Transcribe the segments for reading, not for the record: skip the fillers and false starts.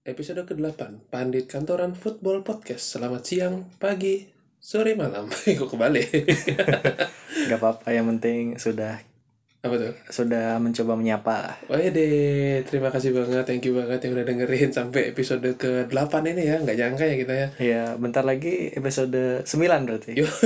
Episode ke-8 Pandit Kantoran Football Podcast. Selamat siang, pagi, sore, malam. Kok kebalik? Gak apa-apa, yang penting sudah Apa tuh? mencoba menyapa lah. Oh ya deh, terima kasih banget, thank you banget yang udah dengerin sampai episode ke-8 ini ya. Nggak nyangka ya kita ya. Ya, bentar lagi episode 9 berarti. Yuk.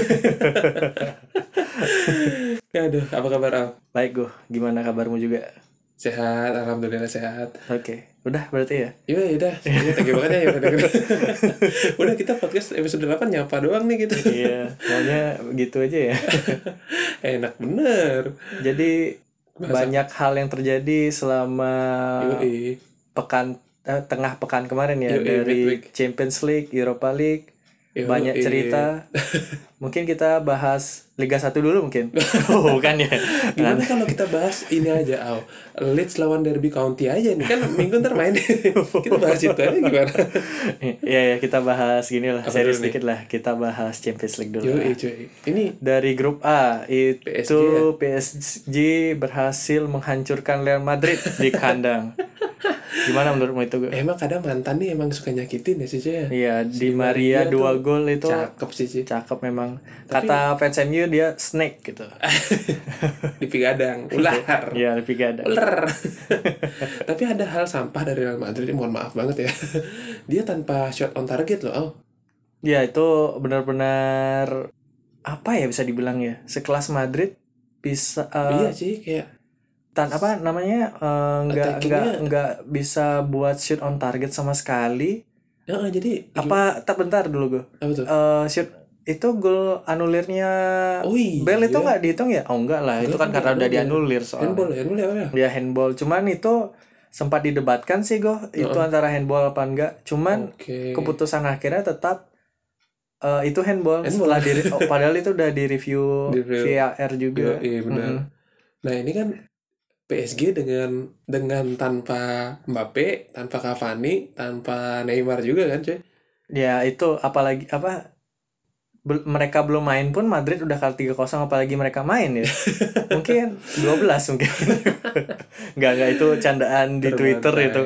Aduh, apa kabar Al? Baik, Go. Gimana kabarmu juga? Sehat, alhamdulillah sehat. Oke, udah berarti ya? Iya, udah. Thank you banget ya udah dengerin. Udah, kita podcast episode 8 nyapa doang nih gitu. Iya, maunya gitu aja ya. Enak bener. Jadi banyak hal yang terjadi selama Yoi. tengah pekan kemarin ya. Yoi, Dari midweek. Champions League, Europa League. Yoi. Banyak cerita. Mungkin kita bahas Liga 1 dulu mungkin. Oh, bukan ya. Gimana kalau kita bahas ini aja, Al? Leeds lawan Derby County aja nih. Kan minggu ntar main. Kita bahas itu aja gimana? Iya ya, kita bahas gini lah, Apa serius dulu nih? dikit lah. Kita bahas Champions League dulu Yoi, lah. cuy. Ini Dari grup A itu PSG ya? PSG berhasil menghancurkan Real Madrid di kandang. Gimana menurutmu itu, Go? emang kadang mantan nih emang suka nyakitin ya sih, cuy. Iya, Di Maria Maria 2 tuh gol itu cakep sih, cuy. cakep memang. Kata fans MU dia snake gitu. Di pigadang, ular. Iya, lebih gak ada. Ular. Tapi ada hal sampah dari Real Madrid, mohon maaf banget ya. Dia tanpa shot on target loh, Al. Ya, itu benar-benar apa ya bisa dibilang ya? Sekelas Madrid bisa Iya sih, kayak apa namanya Attackingnya- nggak bisa buat shoot on target sama sekali. jadi Tak bentar dulu, Go. apa tuh? Shoot itu gol anulirnya Oh iya. Bale itu nggak dihitung ya? Oh enggak lah, itu kan karena udah dianulir Handball soalnya. ya apa ya? Dia handball, cuman itu sempat didebatkan sih, Go. Itu antara handball apa enggak. Cuman Oke. keputusan akhirnya tetap itu handball. Setelah padahal itu udah direview VAR juga. Iya benar. Nah ini kan PSG dengan tanpa Mbappe, tanpa Cavani, tanpa Neymar juga kan, cuy. Ya itu apalagi mereka belum main pun Madrid udah kalah 3-0, apalagi mereka main ya. Mungkin 12 mungkin. Enggak itu candaan di Twitter itu.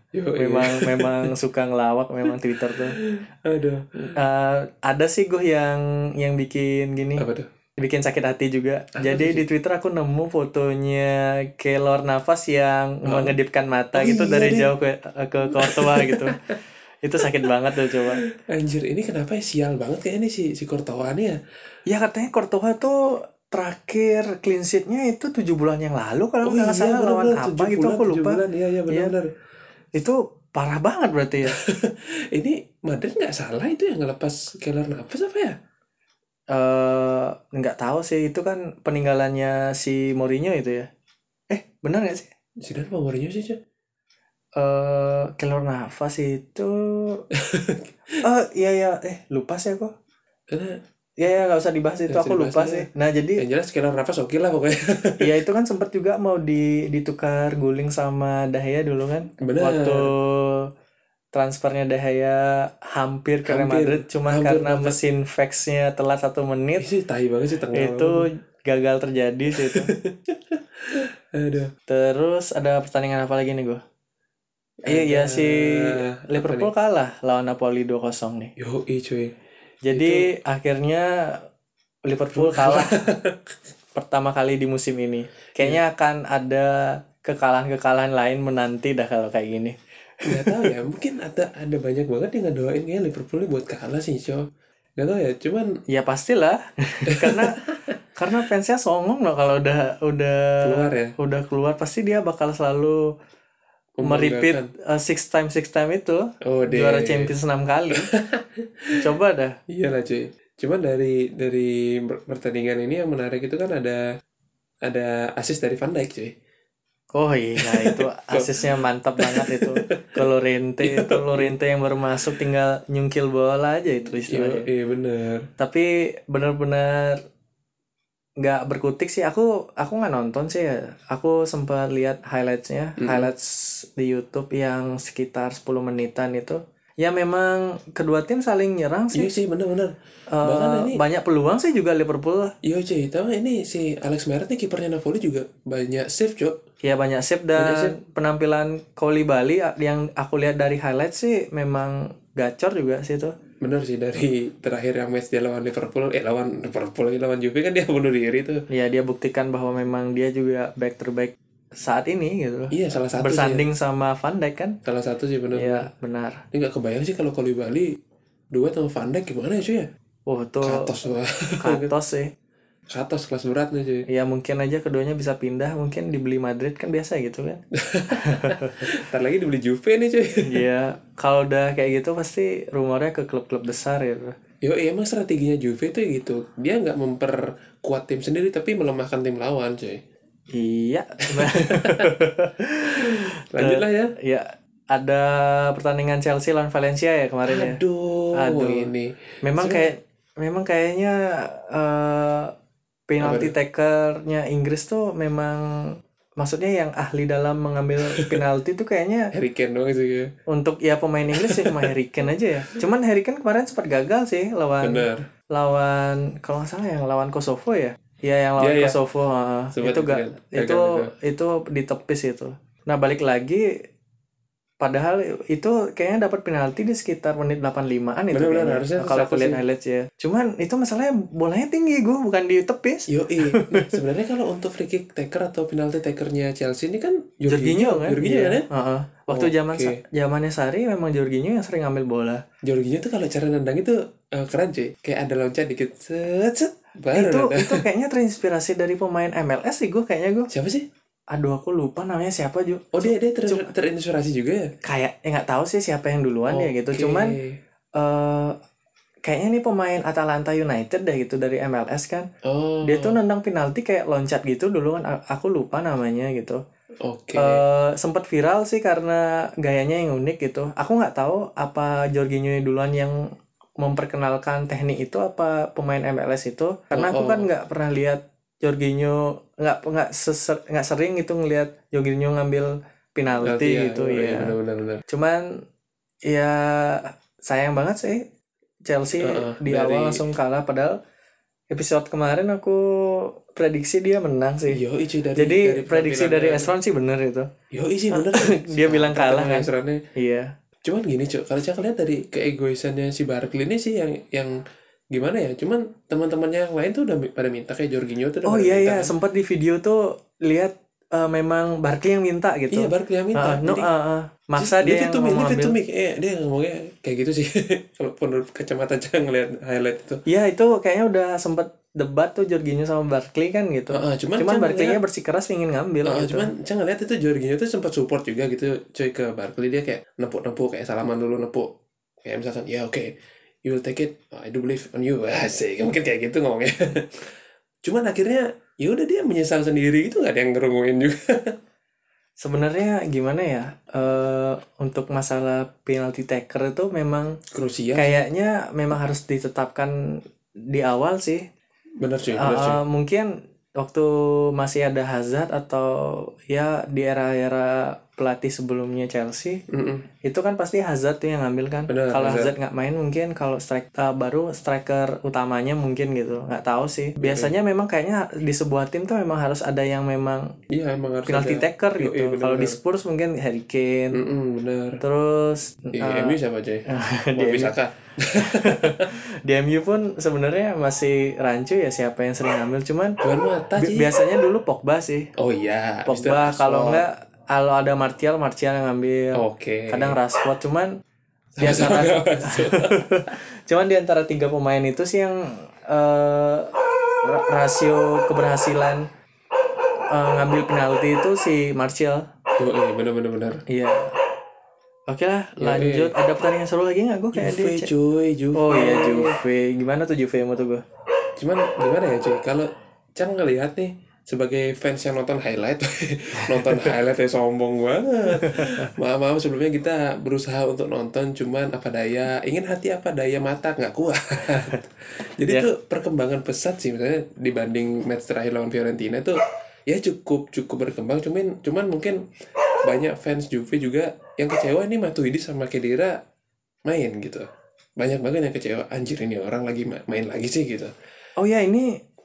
Memang suka ngelawak memang Twitter tuh. Aduh. Ada sih gue yang bikin gini. Apa tuh? Bikin sakit hati juga. Jadi di Twitter aku nemu fotonya Keylor Navas yang mengedipkan mata gitu dari jauh ke Courtois gitu. Itu sakit banget tuh coba. Anjir, ini kenapa ya sial banget kayak ini si Courtois nih ya? Ya katanya Courtois tuh terakhir clean sheet-nya itu 7 bulan yang lalu kalau nggak salah lawan apa gitu aku lupa. Iya benar. Itu parah banget berarti ya. Ini Madrid nggak salah itu yang ngelepas Keylor Navas apa ya? Nggak tahu sih, itu kan peninggalannya si Mourinho itu ya. Benar nggak sih? Zidane apa Mourinho sih, cuy? Keylor Navas itu iya lupa sih aku. Karena Ya nggak usah dibahas itu, aku lupa sih. Nah jadi yang jelas Keylor Navas oke lah pokoknya. ya itu kan sempat juga mau ditukar guling sama De Gea dulu kan. Bener. Waktu transfernya De Gea hampir ke Real Madrid, cuman karena mesin faxnya telat 1 menit. Sih tai banget sih tengah. Itu gagal terjadi sih itu. Aduh. Terus ada pertandingan apa lagi nih, gue? Iya si Liverpool kalah lawan Napoli 2-0 nih. Yoi cuy. Jadi akhirnya Liverpool kalah pertama kali di musim ini. Kayaknya akan ada kekalahan-kekalahan lain menanti dah kalau kayak gini. Nggak tahu ya, mungkin ada banyak banget yang ngedoain kayak Liverpool buat kalah sih, coy. Nggak tahu ya, cuman ya pastilah karena fansnya songong loh kalau udah keluar ya. Udah keluar pasti dia bakal selalu merepeat 6 time itu. Juara Champions 6 kali. Coba dah. Iyalah cuy. Cuman dari pertandingan ini yang menarik itu kan ada assist dari Van Dijk cuy. Oh iya itu asisnya mantap banget itu. Kalau Llorente yang baru masuk tinggal nyungkil bola aja itu istilahnya. Iya bener. Tapi benar-benar nggak berkutik sih, aku nggak nonton sih ya. Aku sempat lihat highlights di YouTube yang sekitar 10 menitan itu. Ya memang kedua tim saling nyerang sih. Iya sih bener. Bahkan ini banyak peluang sih juga Liverpool. Iya cuy, tapi ini si Alex Meret nih kipernya Napoli juga banyak save, Cok. Ya banyak save Banyak save. dan penampilan Koulibaly yang aku lihat dari highlight sih memang gacor juga sih itu. Bener sih, dari terakhir yang match dia lawan Liverpool lawan Juve kan dia bunuh diri tuh. Ya dia buktikan bahwa memang dia juga back terbaik saat ini gitu. Iya, salah satu sih ya. Bersanding sama Van Dijk kan? Salah satu sih bener-bener. Iya benar. Ini nggak kebayang sih kalau Koulibaly duet sama Van Dijk gimana ya cuy ya? Oh itu Katos wah. katos sih. Katos kelas berat nih cuy. Ya mungkin aja keduanya bisa pindah, mungkin dibeli Madrid kan biasa gitu kan. Ntar lagi dibeli Juve nih cuy. Ya kalau udah kayak gitu pasti rumornya ke klub-klub besar gitu. Yo, emang strateginya Juve tuh gitu. Dia nggak memperkuat tim sendiri tapi melemahkan tim lawan cuy. Iya. Lanjutlah ya. Ya ada pertandingan Chelsea lawan Valencia ya kemarin ya. Aduh, ini. Memang kayaknya penalti takernya Inggris tuh memang maksudnya yang ahli dalam mengambil penalti tuh kayaknya Harry Kane doang sih ya. untuk ya pemain Inggris sih cuma Harry Kane aja ya. Cuman Harry Kane kemarin sempat gagal sih Bener. lawan kalau nggak salah yang lawan Kosovo ya. Ya yang lawan Iya, iya. Kosovo Sempat itu itu kan. Gagal itu ditepis itu. Nah balik lagi padahal itu kayaknya dapat penalti di sekitar menit 85-an itu Benar-benar, kayaknya. harusnya Kalau aku satu lihat sih. highlights ya. Cuman itu masalahnya bolanya tinggi gue bukan ditepis. Yoi. Nah, sebenarnya kalau untuk free kick taker atau penalti takernya Chelsea ini kan Jorginho kan? Jorginho Iya. kan ya? Heeh. Waktu Oke. zamannya Sari memang Jorginho yang sering ngambil bola. Jorginho tuh kalau cara nendang itu keren cuy. Kayak ada loncat dikit. Set, set. Baru nendang. Itu kayaknya terinspirasi dari pemain MLS sih gue kayaknya gue. Siapa sih? Aduh aku lupa namanya siapa juga. Oh, dia terinspirasi juga ya? Kayak nggak tahu sih siapa yang duluan ya gitu. Oke. Cuman kayaknya nih pemain Atalanta United deh gitu dari MLS kan. Oh, Dia tuh nendang penalti kayak loncat gitu dulu kan. Aku lupa namanya gitu. oke. Sempat viral sih karena gayanya yang unik gitu. Aku nggak tahu apa Jorginho duluan yang memperkenalkan teknik itu apa pemain MLS itu. Karena aku kan nggak pernah lihat Jorginho nggak sering itu ngelihat Jorginho ngambil penalti gitu ya. Benar-benar. Cuman ya sayang banget sih Chelsea di awal langsung kalah padahal episode kemarin aku prediksi dia menang sih. Yo, cuy Jadi prediksi dari penampilannya. Esron sih bener itu. Yo, sih bener. Dia bilang kalah kan. Esronnya. Iya. Cuman gini cok, kalau saya lihat dari keegoisannya si Barkley ini sih yang gimana ya, cuman teman-temannya yang lain tuh udah pada minta kayak Jorginho tuh udah Oh pada iya minta iya, kan. sempat di video tuh lihat memang Barkley yang minta gitu. Iya, Barkley yang minta. Jadi, maksa leave dia it to yang me, mau leave it to ambil. me. Dia ngomongnya kayak gitu sih. Kalau menurut kacamata aja ngeliat highlight itu. Iya itu kayaknya udah sempat debat tuh Jorginho sama Barkley kan gitu. Cuman Barkley-nya bersikeras ingin ngambil gitu. Cuman saya ngeliat itu Jorginho tuh sempat support juga gitu cuy ke Barkley. Dia kayak nepuk-nepuk, kayak salaman dulu nepuk. Kayak misalkan, ya oke, you will take it. I do believe on you. Asik, mungkin kayak gitu ngomongnya. Cuman akhirnya ya udah dia menyesal sendiri gitu, nggak ada yang ngerunguin juga. Sebenarnya gimana ya? Untuk masalah penalty taker itu memang Krusial. kayaknya memang harus ditetapkan di awal sih. Bener cuy, bener cuy. Mungkin waktu masih ada Hazard atau ya di era-era pelatih sebelumnya Chelsea itu kan pasti Hazard tuh yang ngambil kan. Bener, Kalau Hazard. Hazard nggak main mungkin kalau baru striker utamanya mungkin gitu, nggak tahu sih. Biasanya memang kayaknya di sebuah tim tuh memang harus ada yang memang Iya, emang harus penalty ada. taker Yoi, gitu. bener, Kalau di bener. Spurs mungkin Harry Kane. Bener. Terus Di MU siapa cuy? Mau bisa kah? di MU pun sebenarnya masih rancu ya siapa yang sering ngambil, cuman Juan Mata sih. biasanya dulu Pogba sih. Oh iya. Habis itu Pogba kalau Rashford. enggak kalau ada Martial yang ngambil. Oke. Kadang Rashford cuman di Sama-sama antara nggak masuk. cuman di antara 3 pemain itu sih yang rasio keberhasilan ngambil penalti itu si Martial. Yoi, bener. Iya. Oke lah, lanjut. Ada pertandingan seru lagi nggak? Gue kayak Juve dia. cuy, Juve. Oh iya Juve. Gimana tuh Juve mu tuh gue? Cuman gimana ya cuy, kalau Cang ngelihat nih sebagai fans yang nonton highlight ya sombong banget. Maaf sebelumnya kita berusaha untuk nonton, cuman apa daya, ingin hati apa daya mata nggak kuat. Jadi tuh perkembangan pesat sih, misalnya dibanding match terakhir lawan Fiorentina tuh ya cukup berkembang, cuman mungkin banyak fans Juve juga yang kecewa nih Matuidi sama Khedira main gitu. Banyak banget yang kecewa, anjir ini orang lagi main lagi sih gitu. Oh ya ini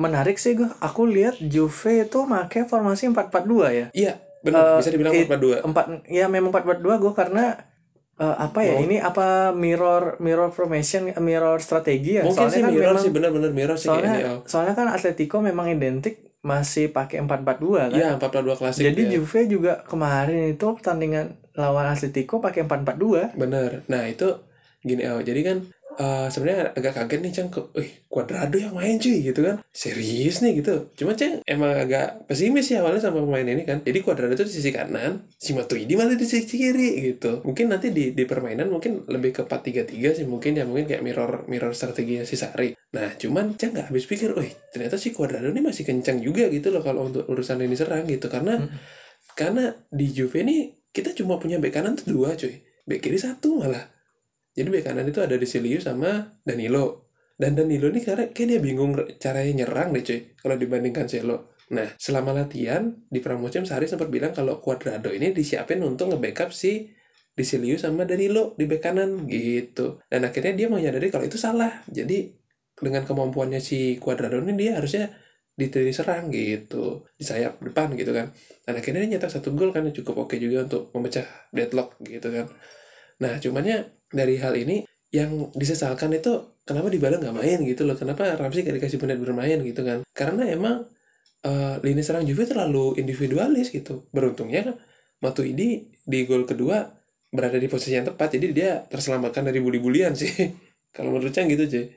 menarik sih gue. Aku lihat Juve itu pakai formasi 4-4-2 ya. Iya, benar, bisa dibilang 4-4-2. Ya memang 4-4-2 gue karena apa ya, ini apa mirror formation, mirror strategi ya. Mungkin Soalnya sih kan mirror memang, sih, benar-benar mirror sih kayaknya. soalnya kan Atletico memang identik masih pakai 4-4-2 kan. Iya, 4-4-2 klasik. Jadi ya. Juve juga kemarin itu pertandingan lawan Atletico pakai 4-4-2. Bener. Nah itu gini jadi kan sebenarnya agak kaget nih Cang, Cuadrado yang main cuy gitu kan, serius nih gitu. Cuma Cang emang agak pesimis sih awalnya sama pemain ini kan. Jadi Cuadrado itu di sisi kanan, si Matuidi malah di sisi kiri gitu. Mungkin nanti di permainan mungkin lebih ke 4-3-3 sih mungkin ya, mungkin kayak mirror strateginya si Sarri. Nah cuman Cang nggak habis pikir, ternyata si Cuadrado ini masih kencang juga gitu loh kalau untuk urusan ini serang gitu, karena di Juve ini kita cuma punya bek kanan tuh 2 cuy, bek kiri 1 malah. Jadi bek kanan itu ada Silius sama Danilo. Dan Danilo ini kayak dia bingung caranya nyerang deh cuy kalau dibandingkan Cancelo. Nah selama latihan di pramusim Sarri sempat bilang kalau Cuadrado ini disiapin untuk nge-backup si Silius sama Danilo di bek kanan gitu. Dan akhirnya dia menyadari kalau itu salah. Jadi dengan kemampuannya si Cuadrado ini dia harusnya diserang gitu di sayap depan gitu kan. Dan akhirnya dia nyetak 1 gol kan, cukup oke juga untuk memecah deadlock gitu kan. Nah cumannya dari hal ini yang disesalkan itu kenapa Dybala nggak main gitu loh, kenapa Ramsey gak dikasih menit bermain gitu kan, karena emang lini serang Juve terlalu individualis gitu. Beruntungnya kan Matuidi di gol kedua berada di posisi yang tepat, jadi dia terselamatkan dari bully-bulian sih. Kalau menurut Cang gitu Jay.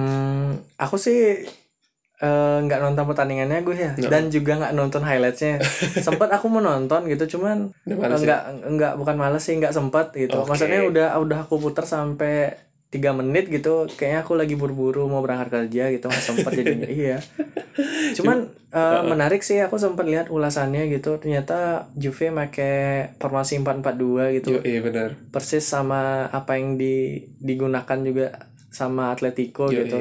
Aku sih nggak nonton pertandingannya gue ya, dan juga nggak nonton highlightsnya. Sempat aku mau nonton gitu, cuman nggak bukan males sih, nggak sempat gitu. Maksudnya udah aku putar sampai 3 menit gitu, kayaknya aku lagi buru-buru mau berangkat kerja gitu, nggak sempat jadinya. Iya. Cuman menarik sih, aku sempat lihat ulasannya gitu. Ternyata Juve pakai formasi 4-4-2 gitu. Iya benar. Persis sama apa yang digunakan juga sama Atletico gitu.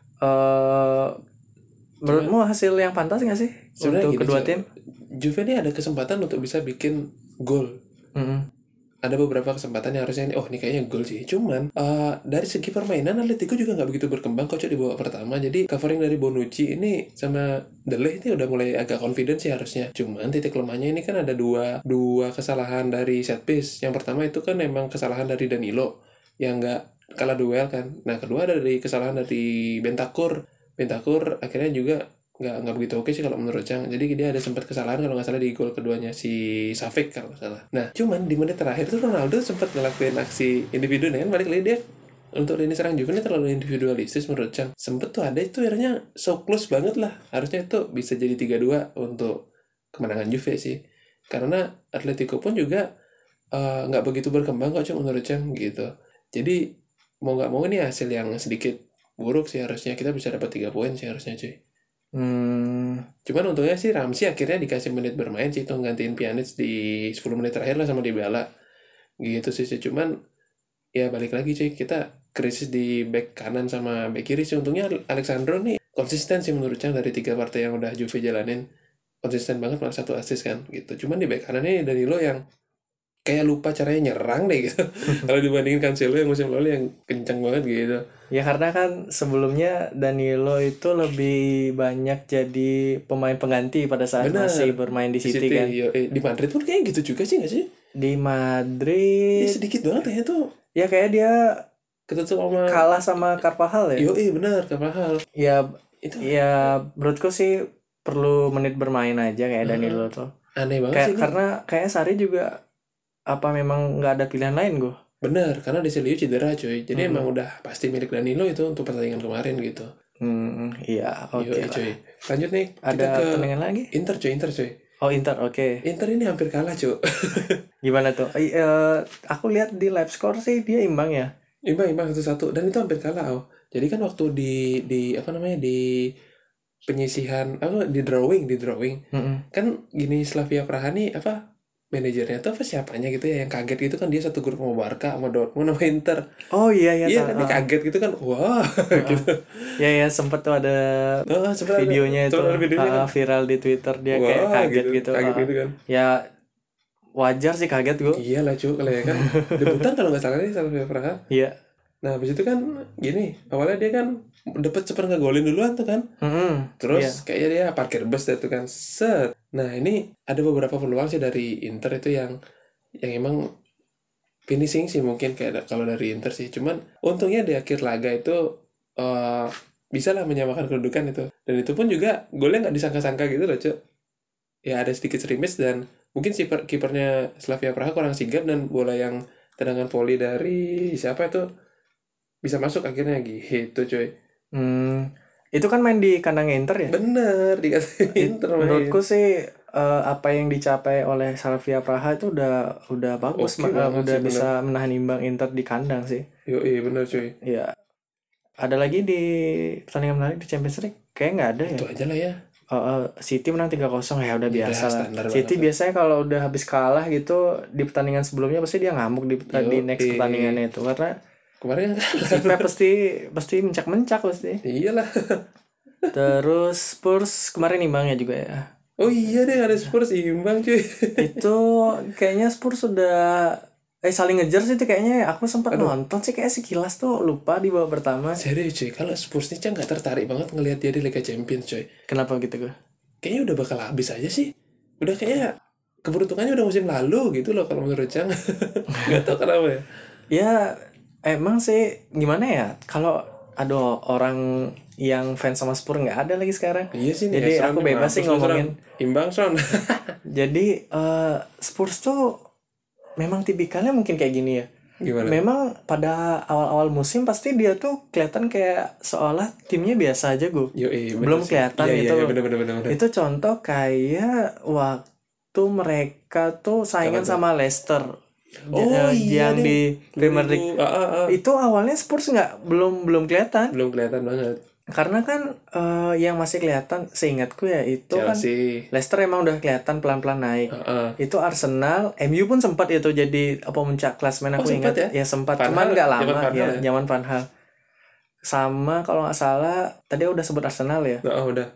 Menurutmu hasil yang pantas nggak sih untuk kedua tim? Juve ini ada kesempatan untuk bisa bikin gol. Ada beberapa kesempatan yang harusnya ini kayaknya gol sih. Cuman dari segi permainan Atletico juga nggak begitu berkembang kok di babak pertama. Jadi covering dari Bonucci ini sama De Ligt ini udah mulai agak confident sih harusnya. Cuman titik lemahnya ini kan ada dua kesalahan dari set piece. Yang pertama itu kan memang kesalahan dari Danilo yang nggak kalah duel kan. Nah kedua dari kesalahan dari Bentancur akhirnya juga nggak begitu oke sih kalau menurut Cang. Jadi dia ada sempat kesalahan kalau nggak salah di gol keduanya si Savic kalau nggak salah. Nah cuman di menit terakhir tuh Ronaldo sempat ngelakuin aksi individu kan, balik lagi dia untuk lini serang Juve ini terlalu individualistis menurut Cang. Sempet tuh ada itu akhirnya so close banget lah, harusnya itu bisa jadi 3-2 untuk kemenangan Juve sih, karena Atletico pun juga nggak begitu berkembang kok Cang menurut Cang gitu. Jadi mau nggak mau ini hasil yang sedikit buruk sih, harusnya kita bisa dapat 3 poin sih harusnya cuy. Cuman untungnya sih Ramsey akhirnya dikasih menit bermain sih, itu gantiin Pjanic di 10 menit terakhir lah sama Dybala gitu sih. Cuman ya balik lagi cuy, kita krisis di back kanan sama back kiri sih. Untungnya Alexandro nih konsisten sih menurut Cang, dari 3 partai yang udah Juve jalanin konsisten banget, malah 1 assist kan gitu. Cuman di back kanannya Danilo yang kayak lupa caranya nyerang deh gitu. Kalau dibandingin Cancelo yang musim lalu yang kencang banget gitu. Ya karena kan sebelumnya Danilo itu lebih banyak jadi pemain pengganti pada saat masih bermain di City kan. Di Madrid pun kayak gitu juga sih nggak sih? Di Madrid dia sedikit banget ya tuh. Ya kayak dia ketutup sama kalah sama Carvajal ya. Benar, Carvajal. Ya itu. Ya menurutku sih perlu menit bermain aja kayak Danilo tuh. Aneh banget sih. Karena kayaknya Sarri juga apa memang nggak ada pilihan lain gue. Bener, karena De Silius cedera cuy. Jadi emang udah pasti milik Danilo itu untuk pertandingan kemarin gitu. Iya, oke lah. Cuy. Lanjut nih, ada kita ke pertandingan lagi? Inter cuy. Oh Inter, oke. Inter ini hampir kalah cuy. Gimana tuh? Aku lihat di live score sih dia imbang ya. Imbang 1-1 dan itu hampir kalah. Jadi kan waktu di apa namanya di penyisihan di drawing kan gini, Slavia Praha nih manajernya tuh siapanya gitu ya yang kaget gitu kan, dia satu grup sama Barca sama Dortmund sama Inter. Oh iya kan dia kaget gitu kan, wah gitu. Ya sempet tuh ada videonya itu kan viral di Twitter, dia kayak kaget gitu kan. Ya wajar sih kaget gue. Iyalah cuy, kalau ya kan debutan kalau nggak salah nih Slavia Praha. Iya. Nah habis itu kan gini, awalnya dia kan dapet cepet ngegolin duluan tuh kan. Iya. Terus kayaknya dia parkir bus deh tuh kan, set. Nah ini ada beberapa peluang sih dari Inter itu yang emang finishing sih mungkin kayak kalau dari Inter sih. Cuman untungnya di akhir laga itu eh bisa lah menyamakan kedudukan itu. Dan itu pun juga golnya nggak disangka-sangka gitu loh, Cuk. Ya ada sedikit serimis dan mungkin si kipernya Slavia Praha kurang sigap dan bola yang tendangan volley dari siapa itu bisa masuk akhirnya gitu, coy. Hmm, itu kan main di kandangnya Inter ya. Bener dikatain Inter main. Menurutku sih apa yang dicapai oleh Slavia Praha itu udah bagus, Oke banget udah sih, bisa menahan imbang Inter di kandang sih. Iya bener cuy. Ya, ada lagi di pertandingan menarik di Champions League? Kayak nggak ada ya. Itu aja lah ya. City menang 3-0 ya udah biasa lah. standar City banget biasanya kalau udah habis kalah gitu di pertandingan sebelumnya pasti dia ngamuk di next pertandingannya itu karena Kemarin kan si Pep pasti mencak-mencak pasti. iyalah. Terus Spurs kemarin imbangnya juga ya. Oh iya deh ada Spurs imbang cuy. Itu kayaknya Spurs sudah saling ngejar sih itu kayaknya aku sempat nonton sih kayak sekilas tuh lupa di babak pertama. Serius cuy, kalau Spurs ini nggak tertarik banget ngelihat dia di Liga Champions cuy. Kenapa gitu gue? Kayaknya udah bakal habis aja sih. Udah kayaknya keberuntungannya udah musim lalu gitu loh kalau menurut Cang. Gak tau kenapa ya. Ya emang sih gimana ya kalau ada orang yang fans sama Spurs nggak ada lagi sekarang. Iya sih. Jadi aku bebas sih ngomongin. Imbang Son. Jadi Spurs tuh memang tipikalnya mungkin kayak gini ya. Gimana? Memang pada awal-awal musim pasti dia tuh kelihatan kayak seolah timnya biasa aja gue. Belum kelihatan itu. Iya, bener. Itu contoh kayak waktu mereka tuh saingan sama Leicester. Iya Yang deh. di Premier League. Itu awalnya Spurs belum kelihatan. Belum kelihatan banget. Karena kan yang masih kelihatan seingatku ya itu Chelsea. kan Leicester emang udah kelihatan pelan-pelan naik. Itu Arsenal, MU pun sempat itu jadi pemuncak klasemen aku ingat ya sempat cuman nggak lama ya zaman Van Gaal. Sama kalau nggak salah tadi udah sebut Arsenal ya. Udah.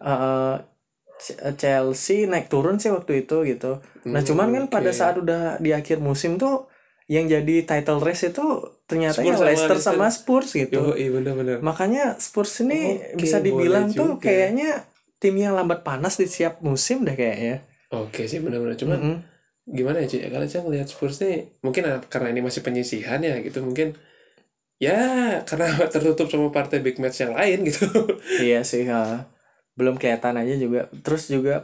Chelsea naik turun sih waktu itu gitu. Nah cuman kan pada saat udah di akhir musim tuh yang jadi title race itu ternyata Spurs Leicester sama Spurs gitu. Bener. Makanya Spurs ini bisa dibilang tuh kayaknya tim yang lambat panas di setiap musim deh kayaknya. Oke sih bener-bener. Cuman gimana ya cuy? Kalau saya ngeliat Spurs nih mungkin karena ini masih penyisihan ya gitu mungkin ya karena tertutup sama partai big match yang lain gitu. Iya sih belum kelihatan aja juga. Terus juga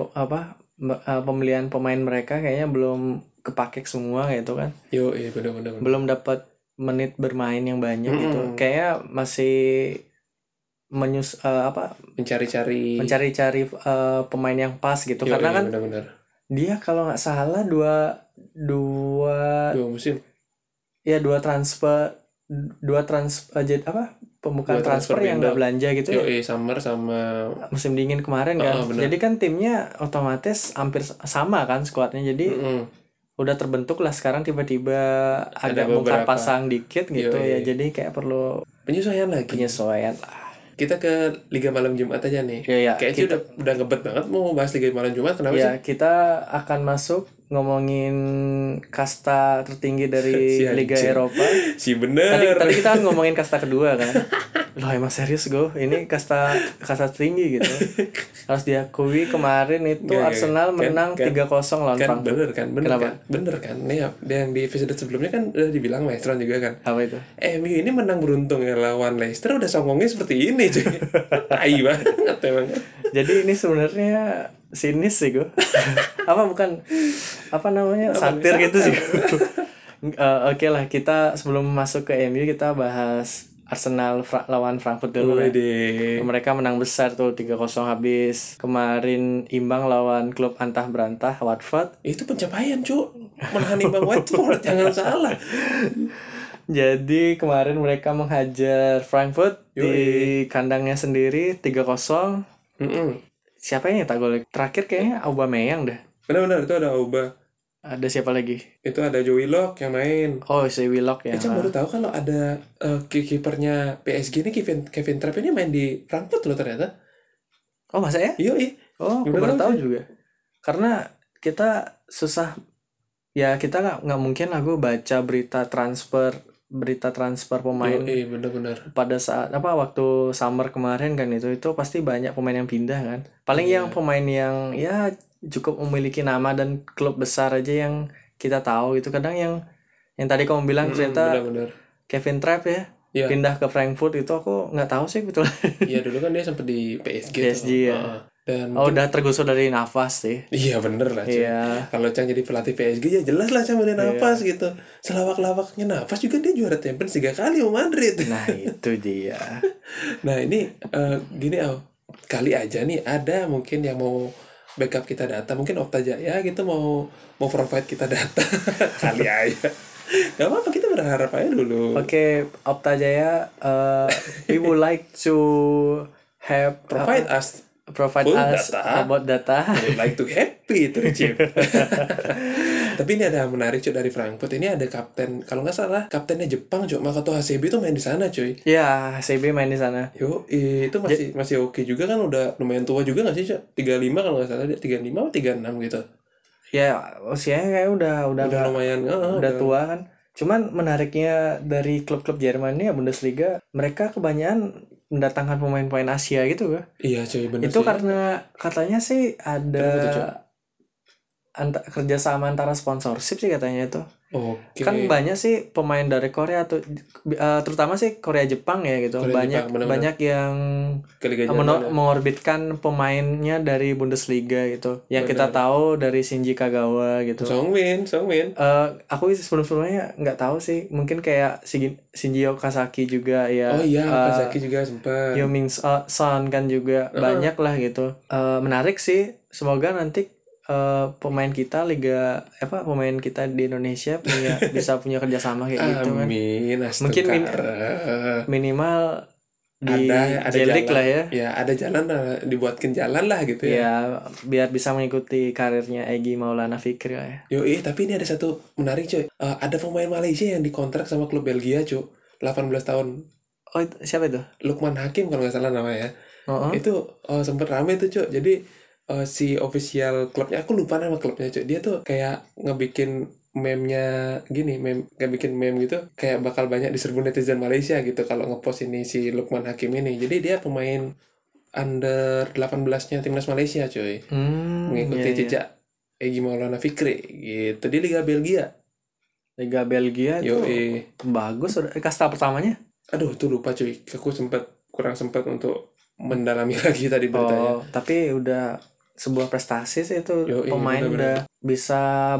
pemilihan pemain mereka kayaknya belum kepake semua gitu kan. Bener. Belum dapat menit bermain yang banyak gitu. Kayaknya masih mencari-cari pemain yang pas gitu. Karena kan bener. dia kalau nggak salah dua musim. Ya dua transfer pembukaan transfer yang nggak belanja gitu ya. Summer sama musim dingin kemarin kan. Jadi kan timnya otomatis hampir sama kan skuadnya. Jadi udah terbentuk lah sekarang tiba-tiba agak bongkar pasang dikit gitu ya. Jadi kayak perlu penyesuaian lagi. Kita ke Liga Malam Jumat aja nih. Kayaknya udah ngebet banget mau bahas Liga Malam Jumat. Kenapa sih? Kita akan masuk ngomongin kasta tertinggi dari Liga Eropa. Bener. Tadi kita kan ngomongin kasta kedua kan. Loh emang serius gue. Ini kasta tertinggi gitu. Harus diakui kemarin itu Arsenal menang 3-0 lawan Frankfurt. Bener kan. Nih yang di episode sebelumnya kan udah dibilang Maestro juga kan. Apa itu? MU ini menang beruntung ya lawan Leicester udah songongnya seperti ini cuy. Tai banget emang. Jadi ini sebenarnya sinis sih gue. Satir gitu sih. Oke lah kita sebelum masuk ke MU kita bahas Arsenal lawan Frankfurt dulu lah. Mereka menang besar tuh 3-0 habis. Kemarin imbang lawan klub antah berantah Watford. Itu pencapaian cu. Menahan imbang Watford jangan salah. Jadi kemarin mereka menghajar Frankfurt di kandangnya sendiri 3-0. Siapa yang nyetak gol? Terakhir kayaknya Aubameyang dah. Benar itu ada Auba. Ada siapa lagi? Itu ada Joe Willock yang main. Oh, si Willock ya. Baru tahu kalau ada kipernya PSG ini Kevin Trapp ini main di Frankfurt loh ternyata. Oh, masa ya? Iya. Oh, aku baru tahu juga. Karena kita susah. Ya kita nggak mungkin lah gue baca berita transfer berita transfer pemain bener-bener. pada saat waktu summer kemarin kan, itu pasti banyak pemain yang pindah kan. Paling yang pemain yang ya cukup memiliki nama dan klub besar aja yang kita tahu gitu. Kadang yang tadi kamu bilang ternyata Bener-bener. Kevin Trapp ya Iya. pindah ke Frankfurt, itu aku nggak tahu sih betul. Iya dulu kan dia sempat di PSG PSG tuh. ya. Dan Udah tergusur dari nafas sih. iya bener lah cuy. Iya. Kalau Chang jadi pelatih PSG ya jelas lah Chang boleh nafas gitu. Selawak-lawaknya nafas juga dia juara Champions 3 kali sama Madrid. Nah itu dia. Nah ini gini kali aja nih ada mungkin yang mau backup kita data, mungkin Opta Jaya gitu mau provide kita data. Kali aja. Gak apa-apa, kita berharap aja dulu. Oke, Opta Jaya, we would like to have Provide us full data. about data. I would like to happy to receive. Tapi ini ada yang menarik cuy dari Frankfurt. Ini ada kapten, kalau nggak salah kaptennya Jepang cuy, Makoto Hasebe tuh main di sana cuy. Ya, CB main di sana. Yo, itu masih oke juga kan, udah lumayan tua juga nggak sih cuy? 35 kalau nggak salah dia 35 atau 36 gitu. Ya, usianya kayak udah Lumayan udah tua kan. Cuman menariknya dari klub-klub Jerman ini ya Bundesliga, mereka kebanyakan mendatangkan pemain-pemain Asia gitu kan. Iya cuy, bener Itu sih. karena katanya sih ada kerjasama antara sponsorship sih katanya itu. Oke. Kan banyak sih pemain dari Korea tuh, terutama sih Korea Jepang ya gitu. Korea, banyak Jepang, bener-bener. banyak yang Ke Liga Jerman ya. mengorbitkan pemainnya dari Bundesliga gitu. Yang kita tahu dari Shinji Kagawa gitu. Songmin. Aku sebelumnya nggak tahu sih, mungkin kayak Shinji Okazaki juga ya. Oh iya, Okazaki juga sempat. Yo Min Son kan juga banyak lah gitu. Menarik sih, semoga nanti pemain kita pemain kita di Indonesia bisa punya kerjasama kayak gitu kan. Amin. Mungkin minimal di ada J-League jalan lah ya. Ya ada jalan lah, dibuatkan jalan lah gitu ya. Ya biar bisa mengikuti karirnya Egy Maulana Fikri lah ya. Tapi ini ada satu menarik cuy. Ada pemain Malaysia yang dikontrak sama klub Belgia cuy, 18 tahun. Oh siapa itu? Lukman Hakim kalau nggak salah namanya. Itu sempet rame tuh cuy. Jadi si official klubnya, aku lupa nama klubnya cuy, dia tuh kayak ngebikin meme-nya gini, ngebikin meme gitu, kayak bakal banyak diserbu netizen Malaysia gitu kalau ngepost ini si Lukman Hakim ini. Jadi dia pemain under 18-nya timnas Malaysia cuy, mengikuti jejak Egy Maulana Fikri gitu di Liga Belgia. Itu bagus. Kasta pertamanya? Aduh tuh lupa cuy, aku kurang sempat untuk mendalami lagi tadi beritanya. Tapi udah sebuah prestasi sih itu. Pemain udah bisa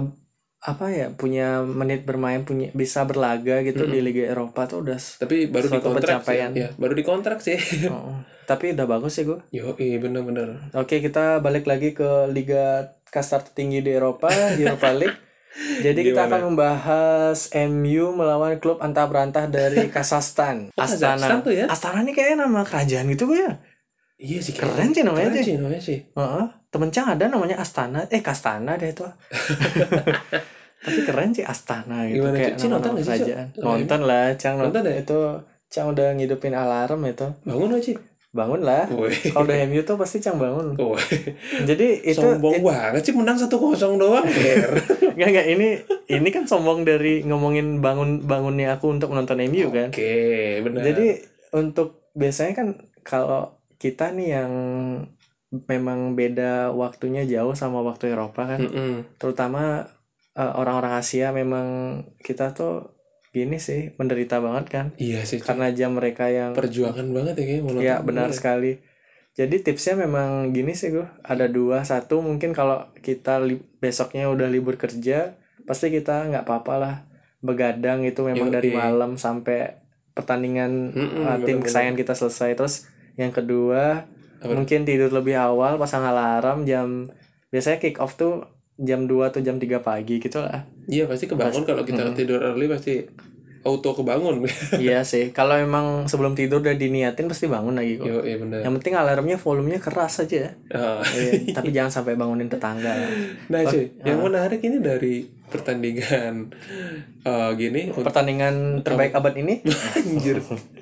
punya menit bermain, bisa berlaga gitu di Liga Eropa tuh udah. Tapi baru dikontrak pencapaian. sih. Ya, baru dikontrak sih. Tapi udah bagus sih gue. Bener-bener. Oke, kita balik lagi ke liga kasta tertinggi di Eropa, Europa League. Jadi kita akan membahas MU melawan klub antah berantah dari Kazakhstan. Astana. Kazakhstan tuh ya? Astana ini kayaknya nama kerajaan gitu gue ya. Iya sih, keren sih namanya sih. Temen Cang ada namanya Astana, Kastana deh itu. Tapi keren sih Astana gitu. Gimana, kayak Cing, nonton gak sih, kerajaan. Nonton lah, Cang. Nonton ya? Itu Cang udah ngidupin alarm itu. Bangun aja. Bangun lah. Kalau udah MU tuh pasti Cang bangun. Jadi itu sombong banget sih, menang 1-0 doang. Enggak, ini kan sombong dari ngomongin bangunnya aku untuk menonton MU kan. Oke, benar. Jadi untuk biasanya kan kalau kita nih yang memang beda waktunya jauh sama waktu Eropa kan. Terutama orang-orang Asia, memang kita tuh gini sih menderita banget kan. Iya sih. Karena jam mereka yang perjuangan banget ya kayaknya. Ya benar sekali. Jadi tipsnya memang gini sih gue. Ada 2. Satu, mungkin kalau kita besoknya udah libur kerja, pasti kita nggak apa-apa lah begadang itu memang dari malam sampai pertandingan tim kesayangan kita selesai. Terus yang kedua, mungkin tidur lebih awal, pasang alarm biasanya kick off tuh jam 2 atau jam 3 pagi gitu lah. Iya pasti kebangun. Kalau kita tidur early pasti auto kebangun. Iya sih, kalau emang sebelum tidur udah diniatin pasti bangun lagi kok. Iya benar. Yang penting alarmnya volumenya keras aja. Tapi jangan sampai bangunin tetangga. Nah cuy, yang menarik ini dari pertandingan pertandingan terbaik abad ini. Anjir.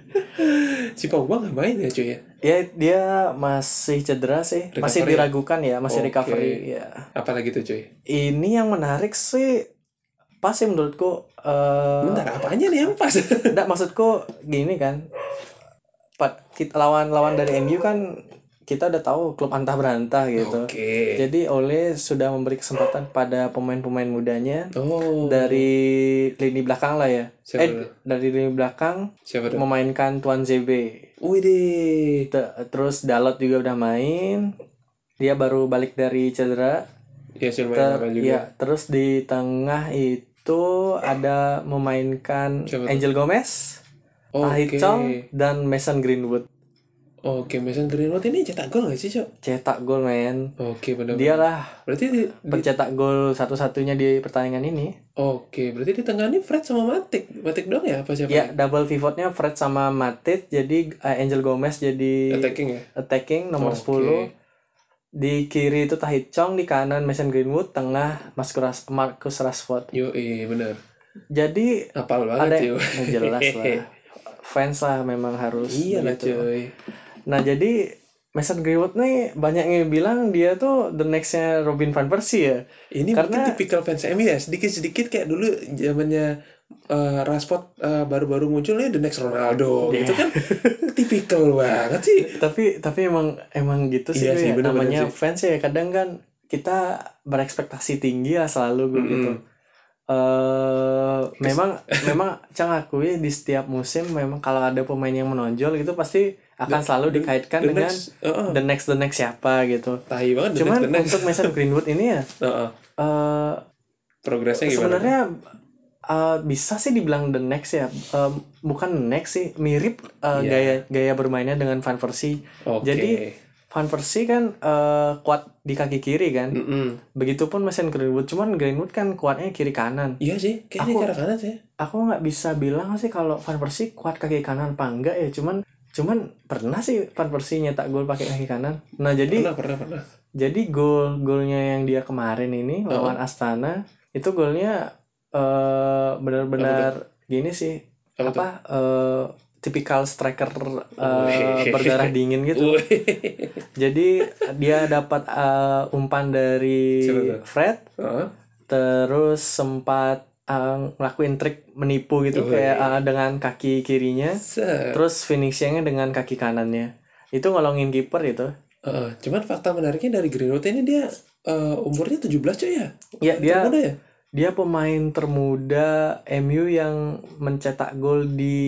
Si Pogba nggak main ya cuy ya? Ya dia masih cedera sih, masih diragukan ya, masih recovery ya. Apalagi tuh cuy? Ini yang menarik sih, pas sih menurutku. Bentar, apanya nih yang pas? Enggak, maksudku gini kan. Kita lawan dari MU kan kita udah tahu klub antah berantah gitu. Oke. Jadi Ole sudah memberi kesempatan pada pemain-pemain mudanya Oh. dari lini belakang lah ya. Siapa tuh? Dari lini belakang Siapa tuh? memainkan Tuan ZB. Widih. Terus Dalot juga udah main. Dia baru balik dari cedera. Ya sih lumayan lama juga. Ya, terus di tengah itu ada memainkan Siapa tuh? Angel Gomez, Oke. Tahith Chong, dan Mason Greenwood. Oke, Mason Greenwood ini cetak gol gak sih, Cok? Cetak gol, men. Oke, benar. Dialah Berarti pencetak gol satu-satunya di pertandingan ini. Oke, berarti di tengah ini Fred sama Matic. Matic doang ya apa siapa? Ya, double pivotnya Fred sama Matip. Jadi Angel Gomez jadi Attacking ya? attacking nomor Oke. 10. Di kiri itu Tahith Chong, di kanan Mason Greenwood, tengah Marcus Rashford. Yo, benar. Jadi Apal ada banget yo. jelas lah. Fans lah memang harus Iya lah, begitu. coy. Nah, jadi Mason Greenwood nih banyak yang bilang dia tuh the next-nya Robin van Persie ya. Ini Karena- mungkin tipikal fans MU ya, sedikit-sedikit kayak dulu zamannya Rashford baru-baru muncul ya the next Ronaldo. Itu kan tipikal banget sih. Tapi emang gitu sih, Iya sih, ya. bener-bener Namanya sih. fans ya, kadang kan kita berekspektasi tinggi lah selalu gitu. Memang Cang akui di setiap musim memang kalau ada pemain yang menonjol gitu pasti akan selalu dikaitkan the dengan next, the next siapa gitu. tahi banget the Cuman next. untuk Mason Greenwood ini ya Progresnya gimana? sebenarnya bisa sih dibilang the next ya. Bukan the next sih, mirip gaya bermainnya dengan Van Persie. Oke. Jadi Van Persie kan kuat di kaki kiri kan. Begitupun Mason Greenwood, cuman Greenwood kan kuatnya kiri kanan. Iya sih, kayaknya Aku- cara kanan sih. Aku nggak bisa bilang sih kalau Van Persie kuat kaki kanan apa enggak ya. Cuman pernah sih Van Persie nyetak gol pakai kaki kanan. Nah jadi Pernah. jadi golnya yang dia kemarin ini lawan Astana itu golnya benar-benar gini sih, Apa tipikal striker berdarah dingin gitu. Wih. Jadi dia dapat umpan dari Siapa tuh? Fred, terus sempat ngelakuin trik menipu gitu kayak dengan kaki kirinya, Set. terus finishingnya dengan kaki kanannya. Itu ngolongin kiper itu. Cuman fakta menariknya dari Greenwood ini dia umurnya 17 coy ya. Ya, dia Muda ya? Dia pemain termuda MU yang mencetak gol di